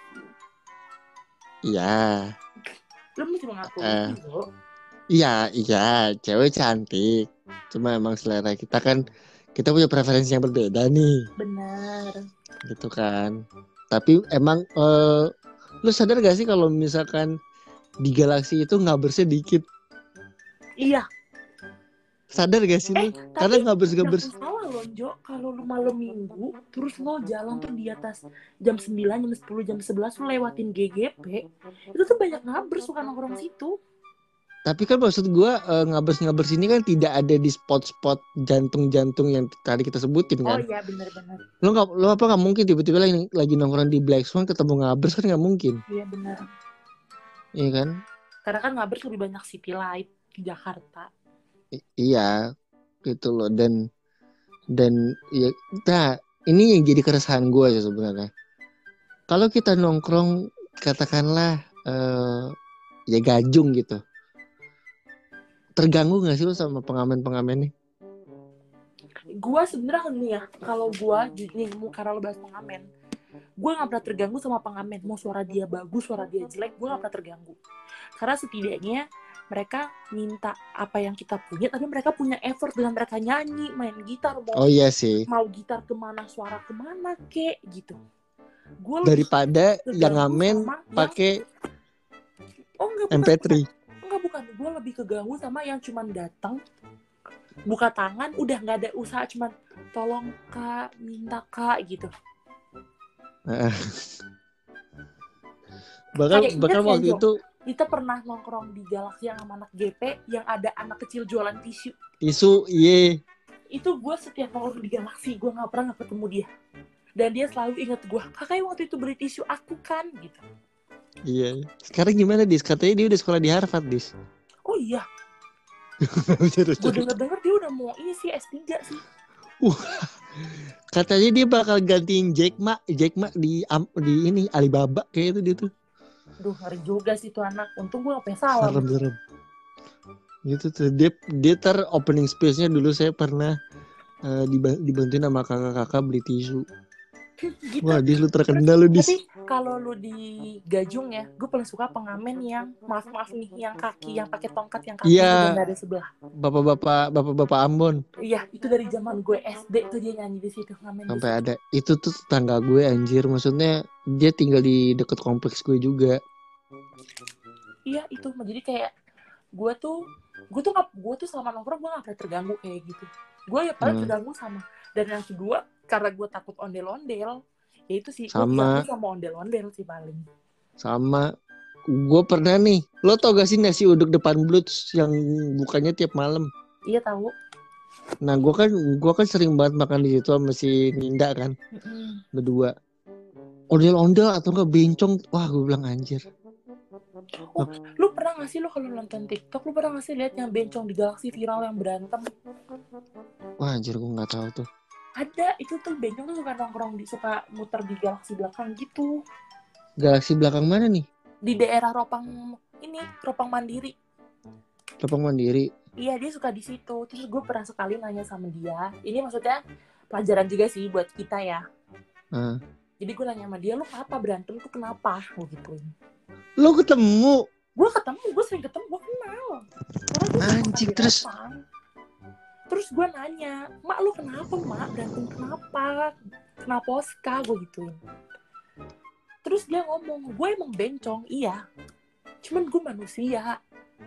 [SPEAKER 2] Iya.
[SPEAKER 3] Lu mesti mengakui itu.
[SPEAKER 2] Iya, cewek cantik. Cuma emang selera kita kan, kita punya preferensi yang berbeda nih.
[SPEAKER 3] Benar.
[SPEAKER 2] Gitu kan. Tapi emang lu sadar gak sih kalau misalkan di galaksi itu ngabersnya dikit?
[SPEAKER 3] Iya.
[SPEAKER 2] Sadar gak sih lu? Karena ngabers.
[SPEAKER 3] Salah loh, Jo. Kalau lu malam minggu, terus lo jalan tuh di atas jam 9, jam 10, jam 11, lu lewatin GGP, itu tuh banyak ngabers suka nongkrong situ.
[SPEAKER 2] Tapi kan maksud gue ngabers ini kan tidak ada di spot-spot jantung-jantung yang tadi kita sebutin kan.
[SPEAKER 3] Oh iya benar-benar.
[SPEAKER 2] Lo apa nggak mungkin tiba-tiba lagi nongkrong di Black Swan ketemu ngabers kan nggak mungkin.
[SPEAKER 3] Iya benar.
[SPEAKER 2] Iya kan?
[SPEAKER 3] Karena kan ngabers lebih banyak city life di Jakarta.
[SPEAKER 2] Iya gitu loh dan ya nah ini yang jadi keresahan gue ya sebenarnya. Kalau kita nongkrong katakanlah ya gajung gitu. Terganggu gak sih lo sama pengamen-pengamen nih?
[SPEAKER 3] Gue sebenarnya nih ya, kalau gue nih karena lo bahas pengamen, gue gak pernah terganggu sama pengamen. Mau suara dia bagus, suara dia jelek, gue gak pernah terganggu. Karena setidaknya mereka minta apa yang kita punya, tapi mereka punya effort dengan mereka nyanyi, main gitar,
[SPEAKER 2] oh iya sih,
[SPEAKER 3] mau gitar kemana, suara kemana kek gitu. Gua
[SPEAKER 2] daripada yang ngamen pakai MP3.
[SPEAKER 3] Bukan, gue lebih keganggu sama yang cuman datang buka tangan udah nggak ada usaha, cuman tolong kak, minta kak gitu.
[SPEAKER 2] bahkan waktu itu
[SPEAKER 3] kita pernah nongkrong di Galaxy yang sama anak GP yang ada anak kecil jualan tisu,
[SPEAKER 2] iya.
[SPEAKER 3] Itu gue setiap nongkrong di Galaxy gue nggak pernah ketemu dia, dan dia selalu inget gue, kakak waktu itu beli tisu aku kan gitu.
[SPEAKER 2] Iya. Sekarang gimana Dis? Katanya dia udah sekolah di Harvard Dis.
[SPEAKER 3] Oh iya. Gue denger dia udah mau ini sih S3 sih.
[SPEAKER 2] Katanya dia bakal gantiin Jack Ma di ini Alibaba kayak itu dia tuh.
[SPEAKER 3] Duh ngeri juga sih tuh anak. Untung gue gak salah.
[SPEAKER 2] Serem. Gitu tuh dia opening space-nya dulu saya pernah dibantuin sama kakak-kakak beli tisu. Gitu. Wah, Dis lu terkenal lu Dis.
[SPEAKER 3] Tapi kalau lu di Gajung ya, gue paling suka pengamen yang maaf nih, yang kaki yang pakai tongkat yang kaki juga nggak ada sebelah.
[SPEAKER 2] Bapak Ambon.
[SPEAKER 3] Iya, itu dari zaman gue SD tuh dia nyanyi di situ ngamen.
[SPEAKER 2] Sampai ada. Itu tuh tetangga gue anjir, maksudnya dia tinggal di deket kompleks gue juga.
[SPEAKER 3] Iya, itu jadi kayak gue tuh selama nongkrong gue gak pernah terganggu kayak gitu. Gue ya paling terganggu sama. Dan yang kedua, karena gue takut ondel-ondel, ya itu sih,
[SPEAKER 2] sama
[SPEAKER 3] ondel-ondel sih paling.
[SPEAKER 2] Sama gue pernah nih, lo tau gak sih nasi uduk depan Bloods yang bukannya tiap malam?
[SPEAKER 3] Iya tahu.
[SPEAKER 2] Nah gue kan sering banget makan di situ sama si Ninda kan, berdua. Ondel-ondel atau enggak bencong, wah gue bilang anjir.
[SPEAKER 3] Oh, lu pernah gak sih lo kalau nonton TikTok, lu pernah gak sih lihat yang bencong di Galaxy viral yang berantem?
[SPEAKER 2] Wah anjir gue gak tahu tuh.
[SPEAKER 3] Ada, itu tuh bencong tuh suka nongkrong suka muter di galaksi belakang gitu.
[SPEAKER 2] Galaksi belakang mana nih?
[SPEAKER 3] Di daerah Ropang Mandiri.
[SPEAKER 2] Ropang Mandiri.
[SPEAKER 3] Iya, dia suka di situ. Terus gue pernah sekali nanya sama dia. Ini maksudnya pelajaran juga sih buat kita ya. Jadi gue nanya sama dia, lo kenapa berantem tuh kenapa? Gue gituin.
[SPEAKER 2] Lo ketemu?
[SPEAKER 3] Gue sering ketemu, gue kenal.
[SPEAKER 2] Anjing, terus?
[SPEAKER 3] Terus gue nanya, mak lo kenapa mak? Berantem kenapa? Kenapa Oska? Gue gituin. Terus dia ngomong, gue emang bencong, iya. Cuman gue manusia.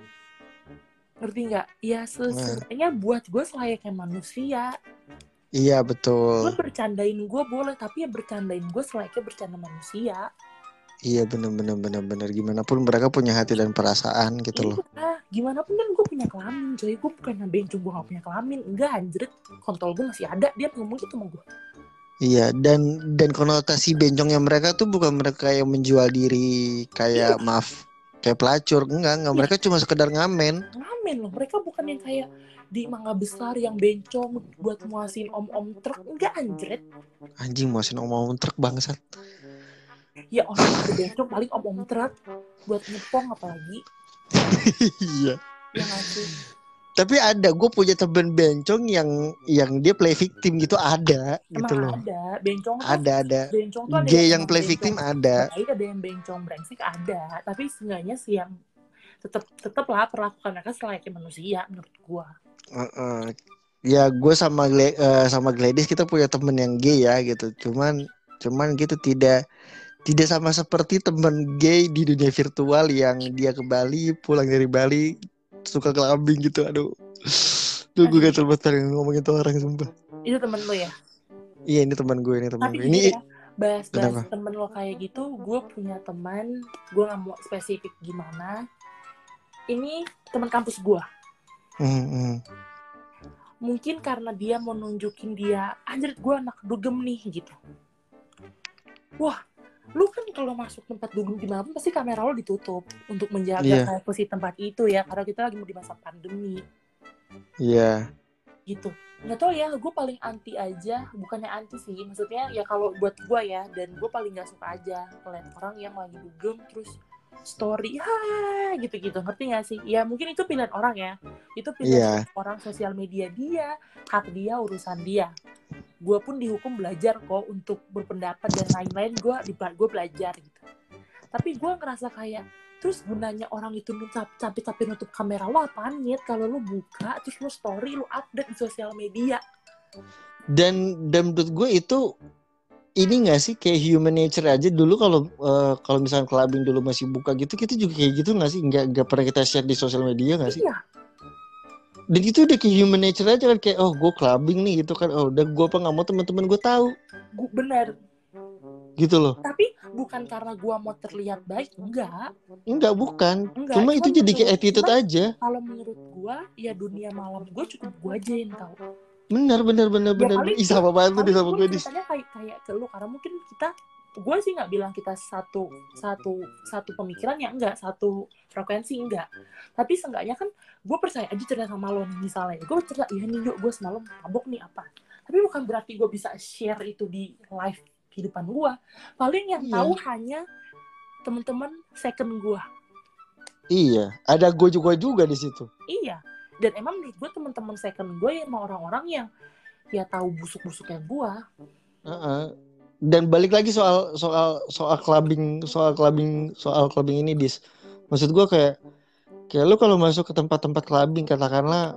[SPEAKER 3] Ngerti nggak? Ya sebenarnya buat gue selayaknya manusia.
[SPEAKER 2] Iya betul.
[SPEAKER 3] Lo bercandain gue boleh, tapi ya bercandain gue selayaknya bercanda manusia.
[SPEAKER 2] Iya benar. Gimana pun mereka punya hati dan perasaan gitu loh.
[SPEAKER 3] Gimana pun kan gue punya kelamin, coy. Gue bukan bencong, gue gak punya kelamin. Enggak, anjrit. Kontol gue masih ada. Dia ngomong gitu sama gue.
[SPEAKER 2] Iya, dan konotasi bencongnya mereka tuh bukan mereka yang menjual diri kayak maaf kayak pelacur, enggak. Mereka cuma sekedar ngamen
[SPEAKER 3] loh. Mereka bukan yang kayak di Mangga Besar yang bencong buat muasin om-om truk. Enggak, anjrit.
[SPEAKER 2] Anjing, muasin om-om truk bangsat.
[SPEAKER 3] Ya orang bencong paling om-om truk buat nyepong apalagi.
[SPEAKER 2] Iya.
[SPEAKER 3] Ya ngasih.
[SPEAKER 2] Tapi gue punya temen bencong yang dia play victim gitu ada.
[SPEAKER 3] Emang
[SPEAKER 2] gitu loh.
[SPEAKER 3] Ada, bencong tuh
[SPEAKER 2] ada.
[SPEAKER 3] Bencong tuh ada
[SPEAKER 2] yang play victim ada.
[SPEAKER 3] Baik, ada yang bencong brengsek ada, tapi seenggaknya sih yang tetap lah perlakukan mereka selayaknya manusia menurut gua.
[SPEAKER 2] Ya gue sama Gladys kita punya temen yang gay ya gitu. Cuman gitu tidak sama seperti temen gay di dunia virtual yang dia ke Bali, pulang dari Bali suka clubbing gitu. Aduh. Tuh gue gatel banget ngomongin tuh orang sumpah.
[SPEAKER 3] Itu temen lo ya?
[SPEAKER 2] Iya, ini teman gue,
[SPEAKER 3] Tapi ini ya, bahas temen lo kayak gitu, gue punya teman, gue gak mau spesifik gimana. Ini teman kampus gue. Mungkin karena dia mau nunjukin dia, anjir gue anak dugem nih gitu. Wah, lu kan kalau masuk tempat dugem gimana pun pasti kamera lo ditutup untuk menjaga privasi tempat itu ya, karena kita lagi mau di masa pandemi.
[SPEAKER 2] Iya.
[SPEAKER 3] Gitu. Nggak tau ya, gue paling anti aja, bukannya anti sih, maksudnya ya kalau buat gue ya, dan gue paling nggak suka aja ngeliat orang yang lagi dugem terus story gitu-gitu, ngerti nggak sih? Ya mungkin itu pilihan orang ya, itu pilihan orang, sosial media dia, hak dia, urusan dia. Gue pun dihukum belajar kok untuk berpendapat dan lain-lain, gue belajar gitu. Tapi gue ngerasa kayak, terus gunanya orang itu tapi nutup kamera lo apaan nyet? Kalau lo buka terus lo story, lo update di sosial media.
[SPEAKER 2] Dan menurut gue itu ini nggak sih kayak human nature aja. Dulu kalau misalnya clubbing dulu masih buka gitu, kita juga kayak gitu nggak sih? Nggak pernah kita share di sosial media nggak sih?
[SPEAKER 3] Iya.
[SPEAKER 2] Dan itu udah kayak human nature aja kan, kayak oh gue clubbing nih gitu kan, oh udah gue apa nggak mau teman-teman gue tahu.
[SPEAKER 3] Bener.
[SPEAKER 2] Gitu loh.
[SPEAKER 3] Tapi bukan karena gue mau terlihat baik,
[SPEAKER 2] enggak bukan. Cuma itu jadi kayak attitude aja.
[SPEAKER 3] Kalau menurut gue ya dunia malam gue cukup gue ajain tau.
[SPEAKER 2] Benar. Ih, sama banget tuh di sama gue di.
[SPEAKER 3] Kayak ke lu, karena mungkin gue sih nggak bilang kita satu pemikiran ya, enggak, satu frekuensi enggak. Tapi seenggaknya kan gue percaya aja cerita sama lo nih, misalnya gue cerita iya nih yuk gue semalam mabok nih apa. Tapi bukan berarti gue bisa share itu di live kehidupan gue. Paling yang tahu hanya teman-teman second gue.
[SPEAKER 2] Iya, ada gue juga di situ.
[SPEAKER 3] Iya, dan emang menurut gue teman-teman second gue emang orang-orang yang ya tahu busuk-busuknya gue.
[SPEAKER 2] Dan balik lagi soal clubbing ini dis. Maksud gue kayak lu kalau masuk ke tempat-tempat clubbing, katakanlah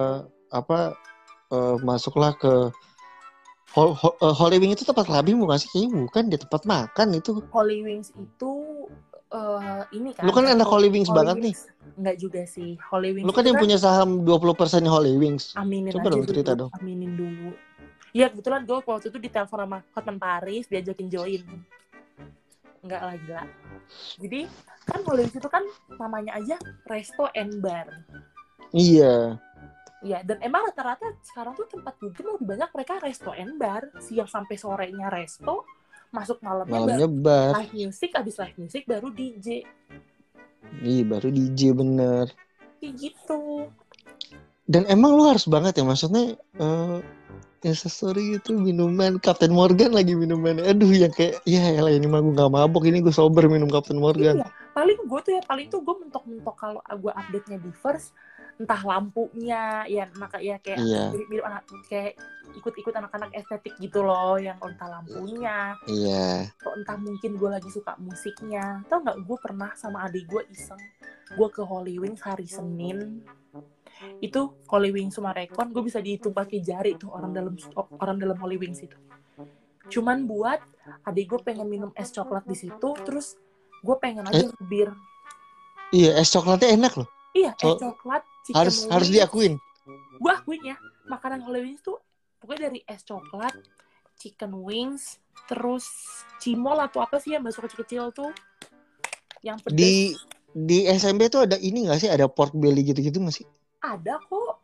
[SPEAKER 2] masuklah ke Holy Wings itu tempat clubbing bukan sih? Kayaknya bukan, dia tempat makan itu.
[SPEAKER 3] Holy Wings itu ini kan.
[SPEAKER 2] Lu kan anak Holy Wings banget nih.
[SPEAKER 3] Enggak juga sih. Holy Wings.
[SPEAKER 2] Lu kan yang punya saham 20% Holy Wings.
[SPEAKER 3] Aminin
[SPEAKER 2] coba
[SPEAKER 3] aja
[SPEAKER 2] dong cerita dong.
[SPEAKER 3] Aminin dulu. Ya kebetulan gue waktu itu ditelepon sama Hotman Paris, diajakin join. Enggak lah, gila. Jadi kan Holy Wings itu kan namanya aja resto and bar.
[SPEAKER 2] Iya.
[SPEAKER 3] Ya, dan emang rata-rata sekarang tuh tempat dugem lebih banyak mereka resto and bar, siang sampai sorenya resto, masuk malamnya
[SPEAKER 2] bar.
[SPEAKER 3] Live music, abis live music baru DJ.
[SPEAKER 2] Iya, baru DJ bener.
[SPEAKER 3] Kayak gitu.
[SPEAKER 2] Dan emang lu harus banget ya, maksudnya Instastory itu minuman Captain Morgan lagi minuman. Aduh yang kayak ya elah ini mah gue gak mabok, ini gue sober minum Captain Morgan.
[SPEAKER 3] Iya, paling tuh gue mentok-mentok kalau gue update-nya di first, entah lampunya ya maka ya kayak
[SPEAKER 2] Iya.
[SPEAKER 3] mirip anak kayak ikut-ikut anak-anak estetik gitu loh, yang entah lampunya.
[SPEAKER 2] Iya.
[SPEAKER 3] Atau entah mungkin gue lagi suka musiknya. Tau nggak, gue pernah sama adik gue iseng, gue ke Holy Wings hari Senin. Itu Holy Wings Sumarekon, gue bisa dihitung pakai jari tuh orang dalam Holy Wings itu. Cuman buat adik gue pengen minum es coklat di situ, terus gue pengen aja bir.
[SPEAKER 2] Iya, es coklatnya enak loh.
[SPEAKER 3] Iya, es coklat, chicken wings.
[SPEAKER 2] Harus diakuin.
[SPEAKER 3] Gue akuin ya, makanan Holy Wings tuh pokoknya dari es coklat, chicken wings, terus cimol atau apa sih yang bakso kecil-kecil tuh, yang pedas.
[SPEAKER 2] Di SMB tuh ada ini nggak sih? Ada pork belly gitu-gitu nggak sih?
[SPEAKER 3] Ada kok.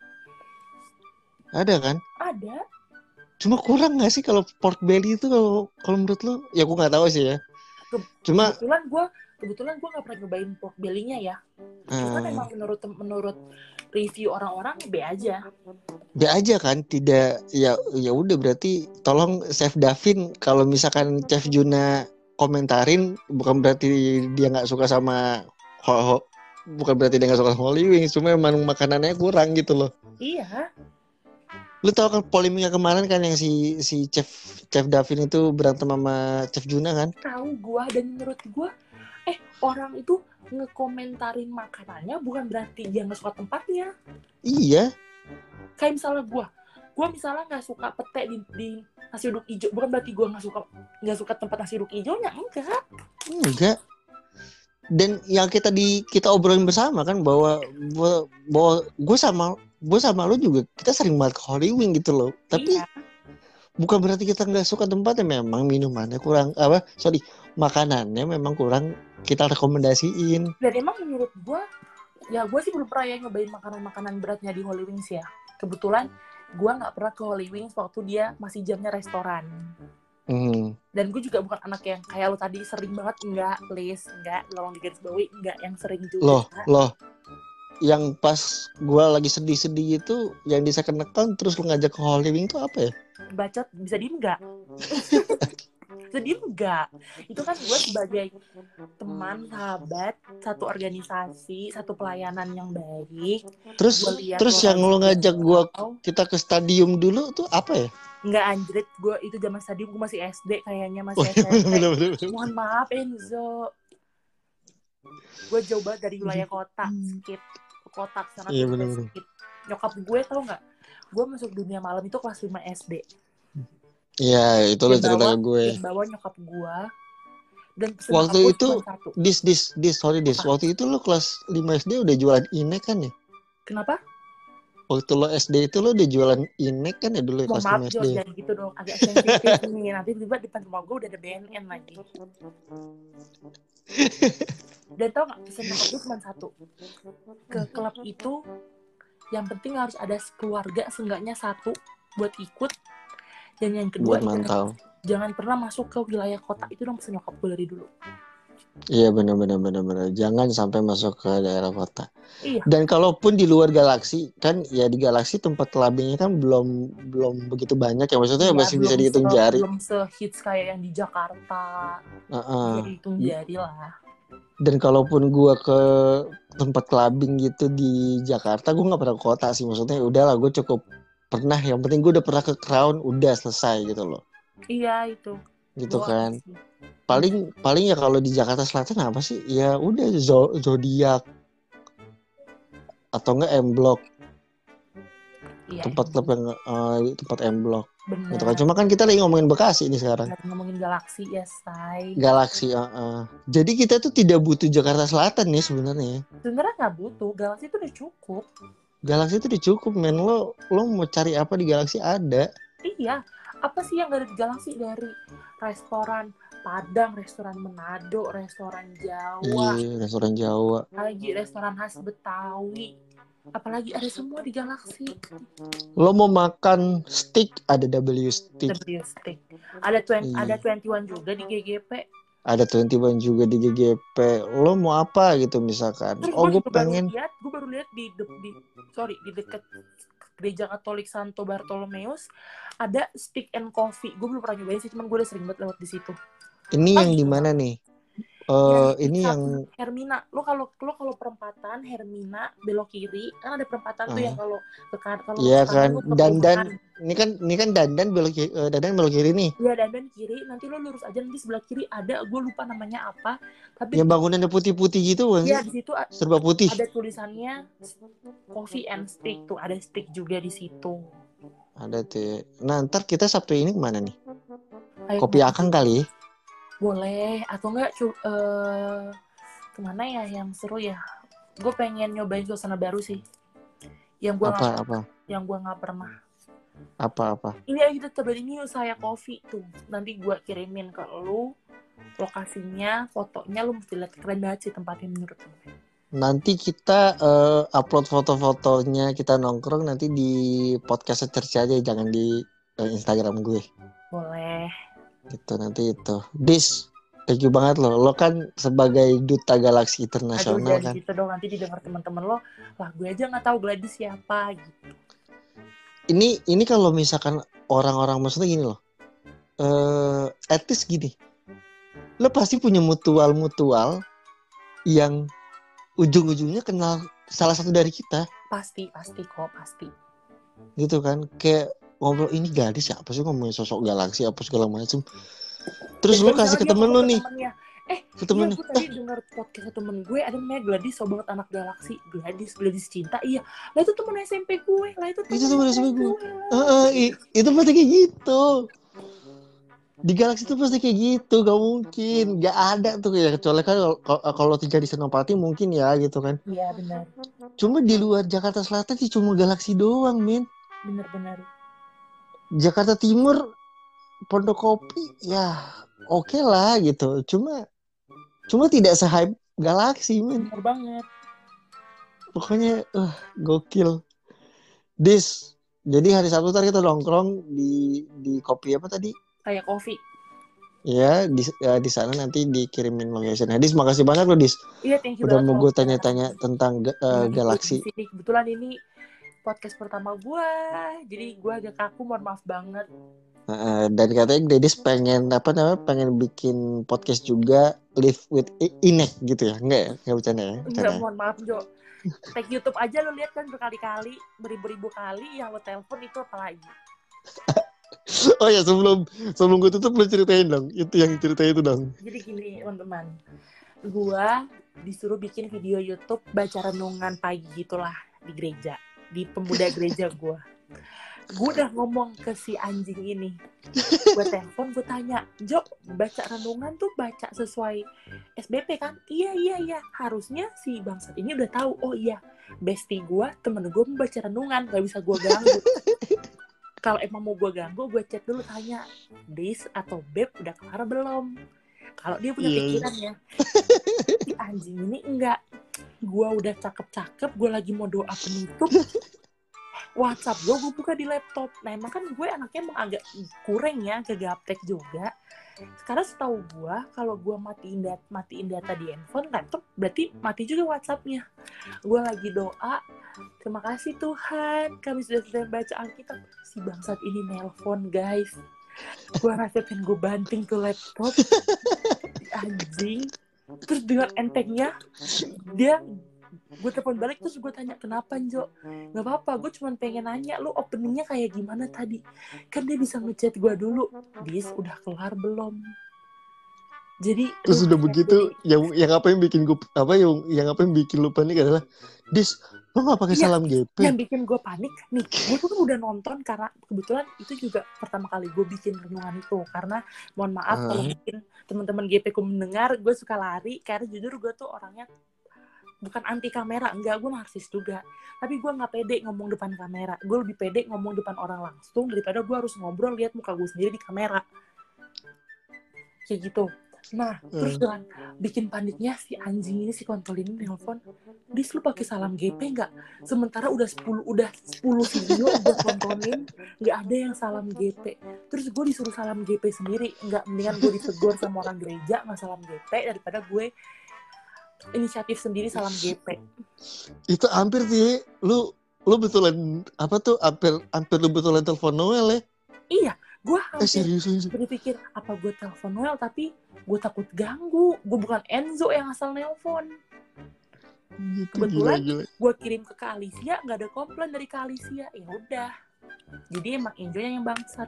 [SPEAKER 2] Ada kan?
[SPEAKER 3] Ada.
[SPEAKER 2] Cuma kurang nggak sih kalau pork belly itu kalau menurut lo? Ya aku nggak tahu sih ya. Cuma
[SPEAKER 3] kebetulan gue nggak pernah nyobain pork belly-nya ya. Cuma memang menurut review orang-orang B aja.
[SPEAKER 2] B aja kan, tidak ya udah berarti tolong Chef Davin kalau misalkan Chef Juna komentarin bukan berarti dia nggak suka sama bukan berarti dia nggak suka sama Holy Wings, cuma memang makanannya kurang gitu loh.
[SPEAKER 3] Iya.
[SPEAKER 2] Lu tau kan polemiknya kemarin kan yang si Chef Davin itu berantem sama Chef Juna kan?
[SPEAKER 3] Tahu gue, dan menurut gue orang itu ngekomentarin makanannya bukan berarti dia nggak suka tempatnya.
[SPEAKER 2] Iya.
[SPEAKER 3] Kayak misalnya gue misalnya nggak suka pete di nasi uduk hijau, bukan berarti gue nggak suka tempat nasi uduk hijaunya, enggak.
[SPEAKER 2] Dan yang kita obrolin bersama kan bahwa gue sama lu juga kita sering banget ke Holy Wing gitu loh. Tapi bukan berarti kita nggak suka tempatnya, memang minumannya kurang makanannya memang kurang kita rekomendasiin.
[SPEAKER 3] Dan emang menurut gue sih belum pernah ya nyobain makanan beratnya di Holy Wings ya. Kebetulan gue nggak pernah ke Holy Wings waktu dia masih jamnya restoran. Dan gue juga bukan anak yang kayak lo tadi sering banget, enggak, tolong digarisbawahi, enggak yang sering juga.
[SPEAKER 2] Loh, yang pas gue lagi sedih-sedih itu yang di second account terus lo ngajak ke Holy Wing itu apa ya?
[SPEAKER 3] Bacot, bisa diem enggak? Sedih enggak? Itu kan gue sebagai teman, sahabat, satu organisasi, satu pelayanan yang baik.
[SPEAKER 2] Terus yang lo ngajak gue kita ke stadium dulu tuh apa ya?
[SPEAKER 3] Enggak, anjrit, gue itu zaman stadium gue masih SD kayaknya, masih SMP. Mohon maaf Enzo. Gue jauh banget dari wilayah kota, skip kota sana.
[SPEAKER 2] Iya benar.
[SPEAKER 3] Nyokap gue tau nggak? Gue masuk dunia malam itu kelas 5 SD.
[SPEAKER 2] Iya, itu lo cerita ke gue.
[SPEAKER 3] Yang bawa nyokap gue. Dan
[SPEAKER 2] waktu itu waktu itu lo kelas 5 SD udah jualan inek kan ya?
[SPEAKER 3] Kenapa?
[SPEAKER 2] Waktu lo SD itu lo udah jualan inek kan ya dulu kelas 5 SD?
[SPEAKER 3] Jangan gitu dong, agak sensitif nih. Nanti tiba depan rumah gue udah ada BNN lagi. Dan tau gak, pesan nyokap gue cuma satu. Ke klub itu yang penting harus ada keluarga seenggaknya satu buat ikut. Dan yang kedua, jangan pernah masuk ke wilayah kota. Itu dong pesan nyokap gue dari dulu.
[SPEAKER 2] Iya benar. Jangan sampai masuk ke daerah kota.
[SPEAKER 3] Iya.
[SPEAKER 2] Dan kalaupun di luar galaksi kan ya, di galaksi tempat clubbingnya kan belum begitu banyak ya, maksudnya masih bisa dihitung jari.
[SPEAKER 3] Belum sehits kayak yang di Jakarta. Bisa dihitung jari lah.
[SPEAKER 2] Dan kalaupun gue ke tempat clubbing gitu di Jakarta, gue nggak pernah ke kota sih, maksudnya udahlah gue cukup pernah, yang penting gue udah pernah ke Crown, udah selesai gitu loh.
[SPEAKER 3] Iya itu.
[SPEAKER 2] Gitu kan. Paling ya kalau di Jakarta Selatan apa sih? Ya udah Zodiac atau enggak M Block. Iya, tempat klub yang tempat M Block. Gitu kan. Cuma kan kita lagi ngomongin Bekasi ini sekarang.
[SPEAKER 3] Ngomongin Galaksi ya, say.
[SPEAKER 2] Galaksi, Jadi kita tuh tidak butuh Jakarta Selatan nih sebenarnya.
[SPEAKER 3] Sebenarnya nggak butuh. Galaksi itu udah cukup.
[SPEAKER 2] Galaksi itu udah cukup, men. Lo mau cari apa di Galaksi ada.
[SPEAKER 3] Iya. Apa sih yang gak ada di Galaksi? Dari restoran Padang, restoran Manado, restoran Jawa.
[SPEAKER 2] Iya, restoran Jawa.
[SPEAKER 3] Lagi restoran khas Betawi. Apalagi ada semua di Galaksi.
[SPEAKER 2] Lo mau makan steak, ada W Steak.
[SPEAKER 3] Ada 21 juga di GGP.
[SPEAKER 2] Ada 21 juga di GGP. Lo mau apa gitu misalkan?
[SPEAKER 3] Terus
[SPEAKER 2] gue pengen.
[SPEAKER 3] Gue baru lihat di dekat Gereja Katolik Santo Bartolomeus ada steak and coffee. Gue belum pernah nyobain sih, cuman gue udah sering banget lewat di situ.
[SPEAKER 2] Ini yang di mana nih? Ini yang
[SPEAKER 3] Hermina. Lo kalau perempatan Hermina belok kiri, kan ada perempatan tuh yang kalau ke kanan, kalau
[SPEAKER 2] iya
[SPEAKER 3] ke kanan,
[SPEAKER 2] kan, ini kan dandan belok kiri nih.
[SPEAKER 3] Iya, dandan kiri, nanti lo lurus aja, nanti sebelah kiri ada, gue lupa namanya apa, tapi
[SPEAKER 2] yang bangunannya putih-putih gitu kan?
[SPEAKER 3] Iya, di situ
[SPEAKER 2] serba putih.
[SPEAKER 3] Ada tulisannya coffee and steak tuh, ada steak juga di situ.
[SPEAKER 2] Ada tuh. Nah, ntar kita Sabtu ini kemana nih?
[SPEAKER 3] Ayo,
[SPEAKER 2] Kopi Akang kali.
[SPEAKER 3] Boleh, atau enggak kemana ya yang seru ya? Gue pengen nyobain suasana baru sih. Yang gue nggak pernah.
[SPEAKER 2] Apa?
[SPEAKER 3] Ini aja kita cobain ini Usaya Coffee tuh. Nanti gue kirimin ke lu lokasinya, fotonya, lu mesti lihat, keren banget sih tempatnya menurut gue.
[SPEAKER 2] Nanti kita upload foto-fotonya kita nongkrong nanti di podcast Secerca aja, jangan di Instagram gue.
[SPEAKER 3] Boleh.
[SPEAKER 2] Gitu nanti itu. Dis, thank you banget lo kan sebagai duta galaksi internasional.
[SPEAKER 3] Aduh, kan. Gitu dong, nanti didengar teman-teman lo, lah gue aja nggak tahu Gladys siapa gitu.
[SPEAKER 2] Ini kalau misalkan orang-orang maksudnya gini loh, at least gini, lo pasti punya mutual yang ujung-ujungnya kenal salah satu dari kita.
[SPEAKER 3] Pasti.
[SPEAKER 2] Gitu kan, kayak ngobrol ini gadis siapa sih ngomongin sosok galaksi apa segala macam. Terus lo kasih ke temen lo nih.
[SPEAKER 3] Ke temen gue tadi denger podcast temen gue ada namanya Gladys, so banget anak galaksi. Gladys cinta, iya. Lah itu temen SMP gue. Itu temen SMP gue.
[SPEAKER 2] Itu pasti kayak gitu. Di galaksi itu pasti kayak gitu, gak mungkin, gak ada tuh ya, kecuali kan kalau tinggal di Senopati mungkin ya gitu kan.
[SPEAKER 3] Iya benar.
[SPEAKER 2] Cuma di luar Jakarta Selatan sih cuma galaksi doang, Min.
[SPEAKER 3] Benar.
[SPEAKER 2] Jakarta Timur, Pondok Kopi, ya oke lah gitu. Cuma tidak se-hype galaksi, Min.
[SPEAKER 3] Benar banget.
[SPEAKER 2] Pokoknya gokil. Dis, jadi hari Sabtu ntar kita nongkrong di kopi apa tadi?
[SPEAKER 3] Kayak kopi.
[SPEAKER 2] Ya, di sana nanti dikirimin location. Dis, makasih banyak loh, Dis.
[SPEAKER 3] Iya, thank you
[SPEAKER 2] udah
[SPEAKER 3] banget.
[SPEAKER 2] mau gue tanya-tanya tentang galaksi.
[SPEAKER 3] Kebetulan ini podcast pertama gue, jadi gue agak kaku, mohon maaf banget.
[SPEAKER 2] Dan katanya Dedis pengen bikin podcast juga, live with Inek gitu ya? Enggak bercanda ya?
[SPEAKER 3] Enggak, mohon maaf Jo. Tag YouTube aja lo lihat kan berkali-kali, beribu-ribu kali yang lo telepon itu apalagi.
[SPEAKER 2] Oh ya, sebelum gue tutup lo ceritain dong, itu yang ceritain itu dong.
[SPEAKER 3] Jadi gini teman-teman, gue disuruh bikin video YouTube baca renungan pagi gitulah di gereja, di pemuda gereja gue. Gue udah ngomong ke si anjing ini, gue telepon, gue tanya, Jo, baca renungan tuh baca sesuai SBP kan? Iya, harusnya si bangsat ini udah tahu. Oh iya, bestie gue, temen gue mau baca renungan, gak bisa gue ganggu. Kalau emang mau gue ganggu, gue chat dulu, tanya, Dis atau Beb udah kelar belum? Kalau dia punya pikiran ya, si anjing ini enggak. Gue udah cakep-cakep, gue lagi mau doa penutup, WhatsApp gue buka di laptop. Nah emang kan gue anaknya emang agak kurang ya, ke gaptek juga. Sekarang setahu gue, kalau gue matiin data di handphone, laptop, berarti mati juga WhatsAppnya. Gue lagi doa, terima kasih Tuhan, kami sudah selesai baca Alkitab. Si bangsat ini nelpon guys. Gue rasa pengen gue banting tuh laptop. Si anjing. Terus dengan entengnya, gue telepon balik, terus gue tanya, kenapa Jo? Gak apa-apa, gue cuma pengen nanya lu openingnya kayak gimana tadi. Kan dia bisa ngechat gue dulu, Dis udah kelar belum? Jadi
[SPEAKER 2] terus udah begitu yang apa yang bikin gue yang bikin lu panik adalah, Dis, lu nggak pakai salam GP?
[SPEAKER 3] Yang bikin gue panik nih, gue tuh udah nonton karena kebetulan itu juga pertama kali gue bikin renungan itu, karena mohon maaf kalau mungkin teman-teman GP ku mendengar, gue suka lari karena jujur gue tuh orangnya bukan anti kamera, enggak, gue narsis juga, tapi gue nggak pede ngomong depan kamera. Gue lebih pede ngomong depan orang langsung daripada gue harus ngobrol lihat muka gue sendiri di kamera kayak gitu. Nah, terus dengan bikin paniknya si anjing ini, si kontol ini nelfon, Dis lu pakai salam GP nggak? Sementara udah 10 video udah tontonin, nggak ada yang salam GP. Terus gue disuruh salam GP sendiri, nggak, mendingan gue ditegur sama orang gereja nggak salam GP daripada gue inisiatif sendiri salam GP.
[SPEAKER 2] Itu hampir sih lu lu betulan apa tuh hampir lu betulan telepon Noel ya?
[SPEAKER 3] Iya, gue
[SPEAKER 2] Serius.
[SPEAKER 3] berpikir apa gue telepon Noel, tapi gue takut ganggu. Gue bukan Enzo yang asal nelpon.
[SPEAKER 2] Gitu,
[SPEAKER 3] Kebetulan
[SPEAKER 2] gila.
[SPEAKER 3] gue kirim ke Kak Alicia, nggak ada komplain dari Kak Alicia. Ya udah. Jadi emang Enzo yang bangsat.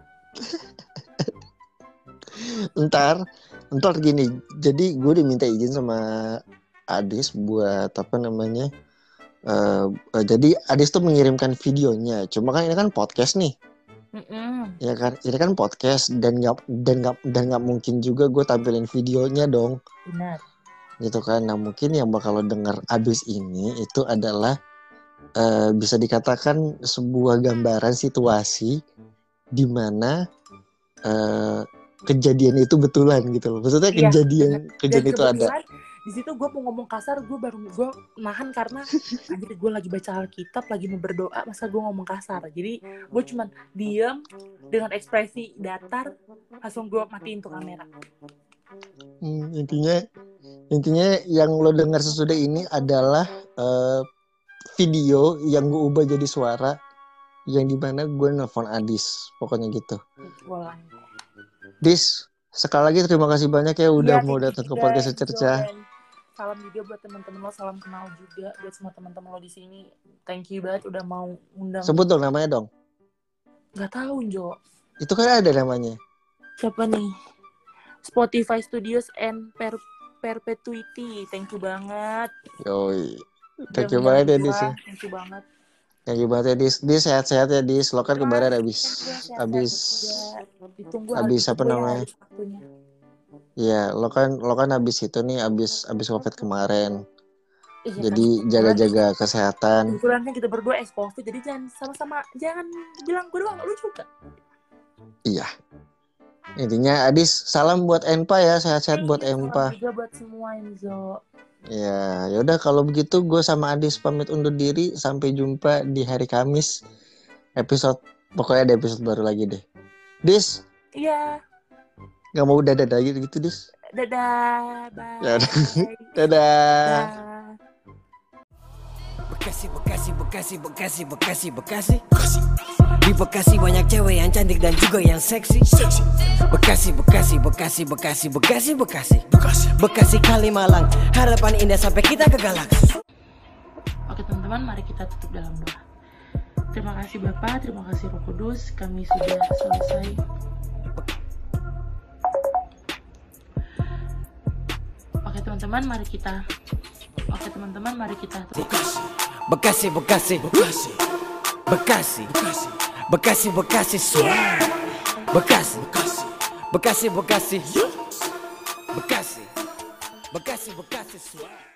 [SPEAKER 2] Ntar gini. Jadi gue diminta izin sama Adis buat apa namanya? Jadi Adis tuh mengirimkan videonya. Cuma kan ini kan podcast nih. Ya kan, ini kan podcast dan nggak mungkin juga gue tampilin videonya dong.
[SPEAKER 3] Benar.
[SPEAKER 2] Gitu kan. Nah mungkin yang bakal lo denger abis ini itu adalah bisa dikatakan sebuah gambaran situasi di mana kejadian itu betulan gitu loh. Maksudnya
[SPEAKER 3] Iya,
[SPEAKER 2] kejadian itu ada.
[SPEAKER 3] Di situ gue mau ngomong kasar, gue nahan karena anjir gue lagi baca Alkitab, lagi mau berdoa, masa gue ngomong kasar. Jadi gue cuman diem dengan ekspresi datar, langsung gue matiin tuh kamera.
[SPEAKER 2] Intinya yang lo dengar sesudah ini adalah video yang gue ubah jadi suara, yang dimana gue nelfon Adis, pokoknya gitu. Dis, sekali lagi terima kasih banyak ya udah mau datang ke podcast Secercah.
[SPEAKER 3] Salam juga buat teman-teman lo, salam kenal juga buat semua teman-teman lo di sini. Thank you banget udah mau undang.
[SPEAKER 2] Sebut dong namanya dong.
[SPEAKER 3] Gak tahu Jo.
[SPEAKER 2] Itu kan ada namanya.
[SPEAKER 3] Siapa nih? Spotify Studios and Perpetuity. Thank you banget.
[SPEAKER 2] Yoi. Thank you banget ya Dis.
[SPEAKER 3] Thank you banget.
[SPEAKER 2] Thank you banget ya Dis. Dis sehat-sehat ya Dis. Lo kan kemarin abis apa namanya? Iya, lo kan abis itu nih abis COVID kemarin. Iya, jadi kan, jaga-jaga kesehatan.
[SPEAKER 3] Kebetulan kan kita berdua COVID, jadi jangan bilang gue doang, lu juga.
[SPEAKER 2] Iya. Intinya Adis, salam buat Enpa ya, sehat-sehat buat Enpa.
[SPEAKER 3] Salam juga buat semua Enzo.
[SPEAKER 2] Ya udah kalau begitu gue sama Adis pamit undur diri, sampai jumpa di hari Kamis. Pokoknya ada episode baru lagi deh. Dis.
[SPEAKER 3] Iya.
[SPEAKER 2] Gak mau dadah gitu Dis.
[SPEAKER 3] Dadah, bye.
[SPEAKER 2] Ya, dadah. Bekasi.
[SPEAKER 4] Di Bekasi banyak cewek yang cantik dan juga yang seksi. Bekasi Kalimalang, harapan indah sampai kita ke galaksi.
[SPEAKER 3] Oke teman-teman, mari kita tutup dalam doa. Terima kasih Bapak, terima kasih Roh Kudus, kami sudah selesai. Oke teman-teman, mari kita
[SPEAKER 4] Bekasi suara. Bekasi suara.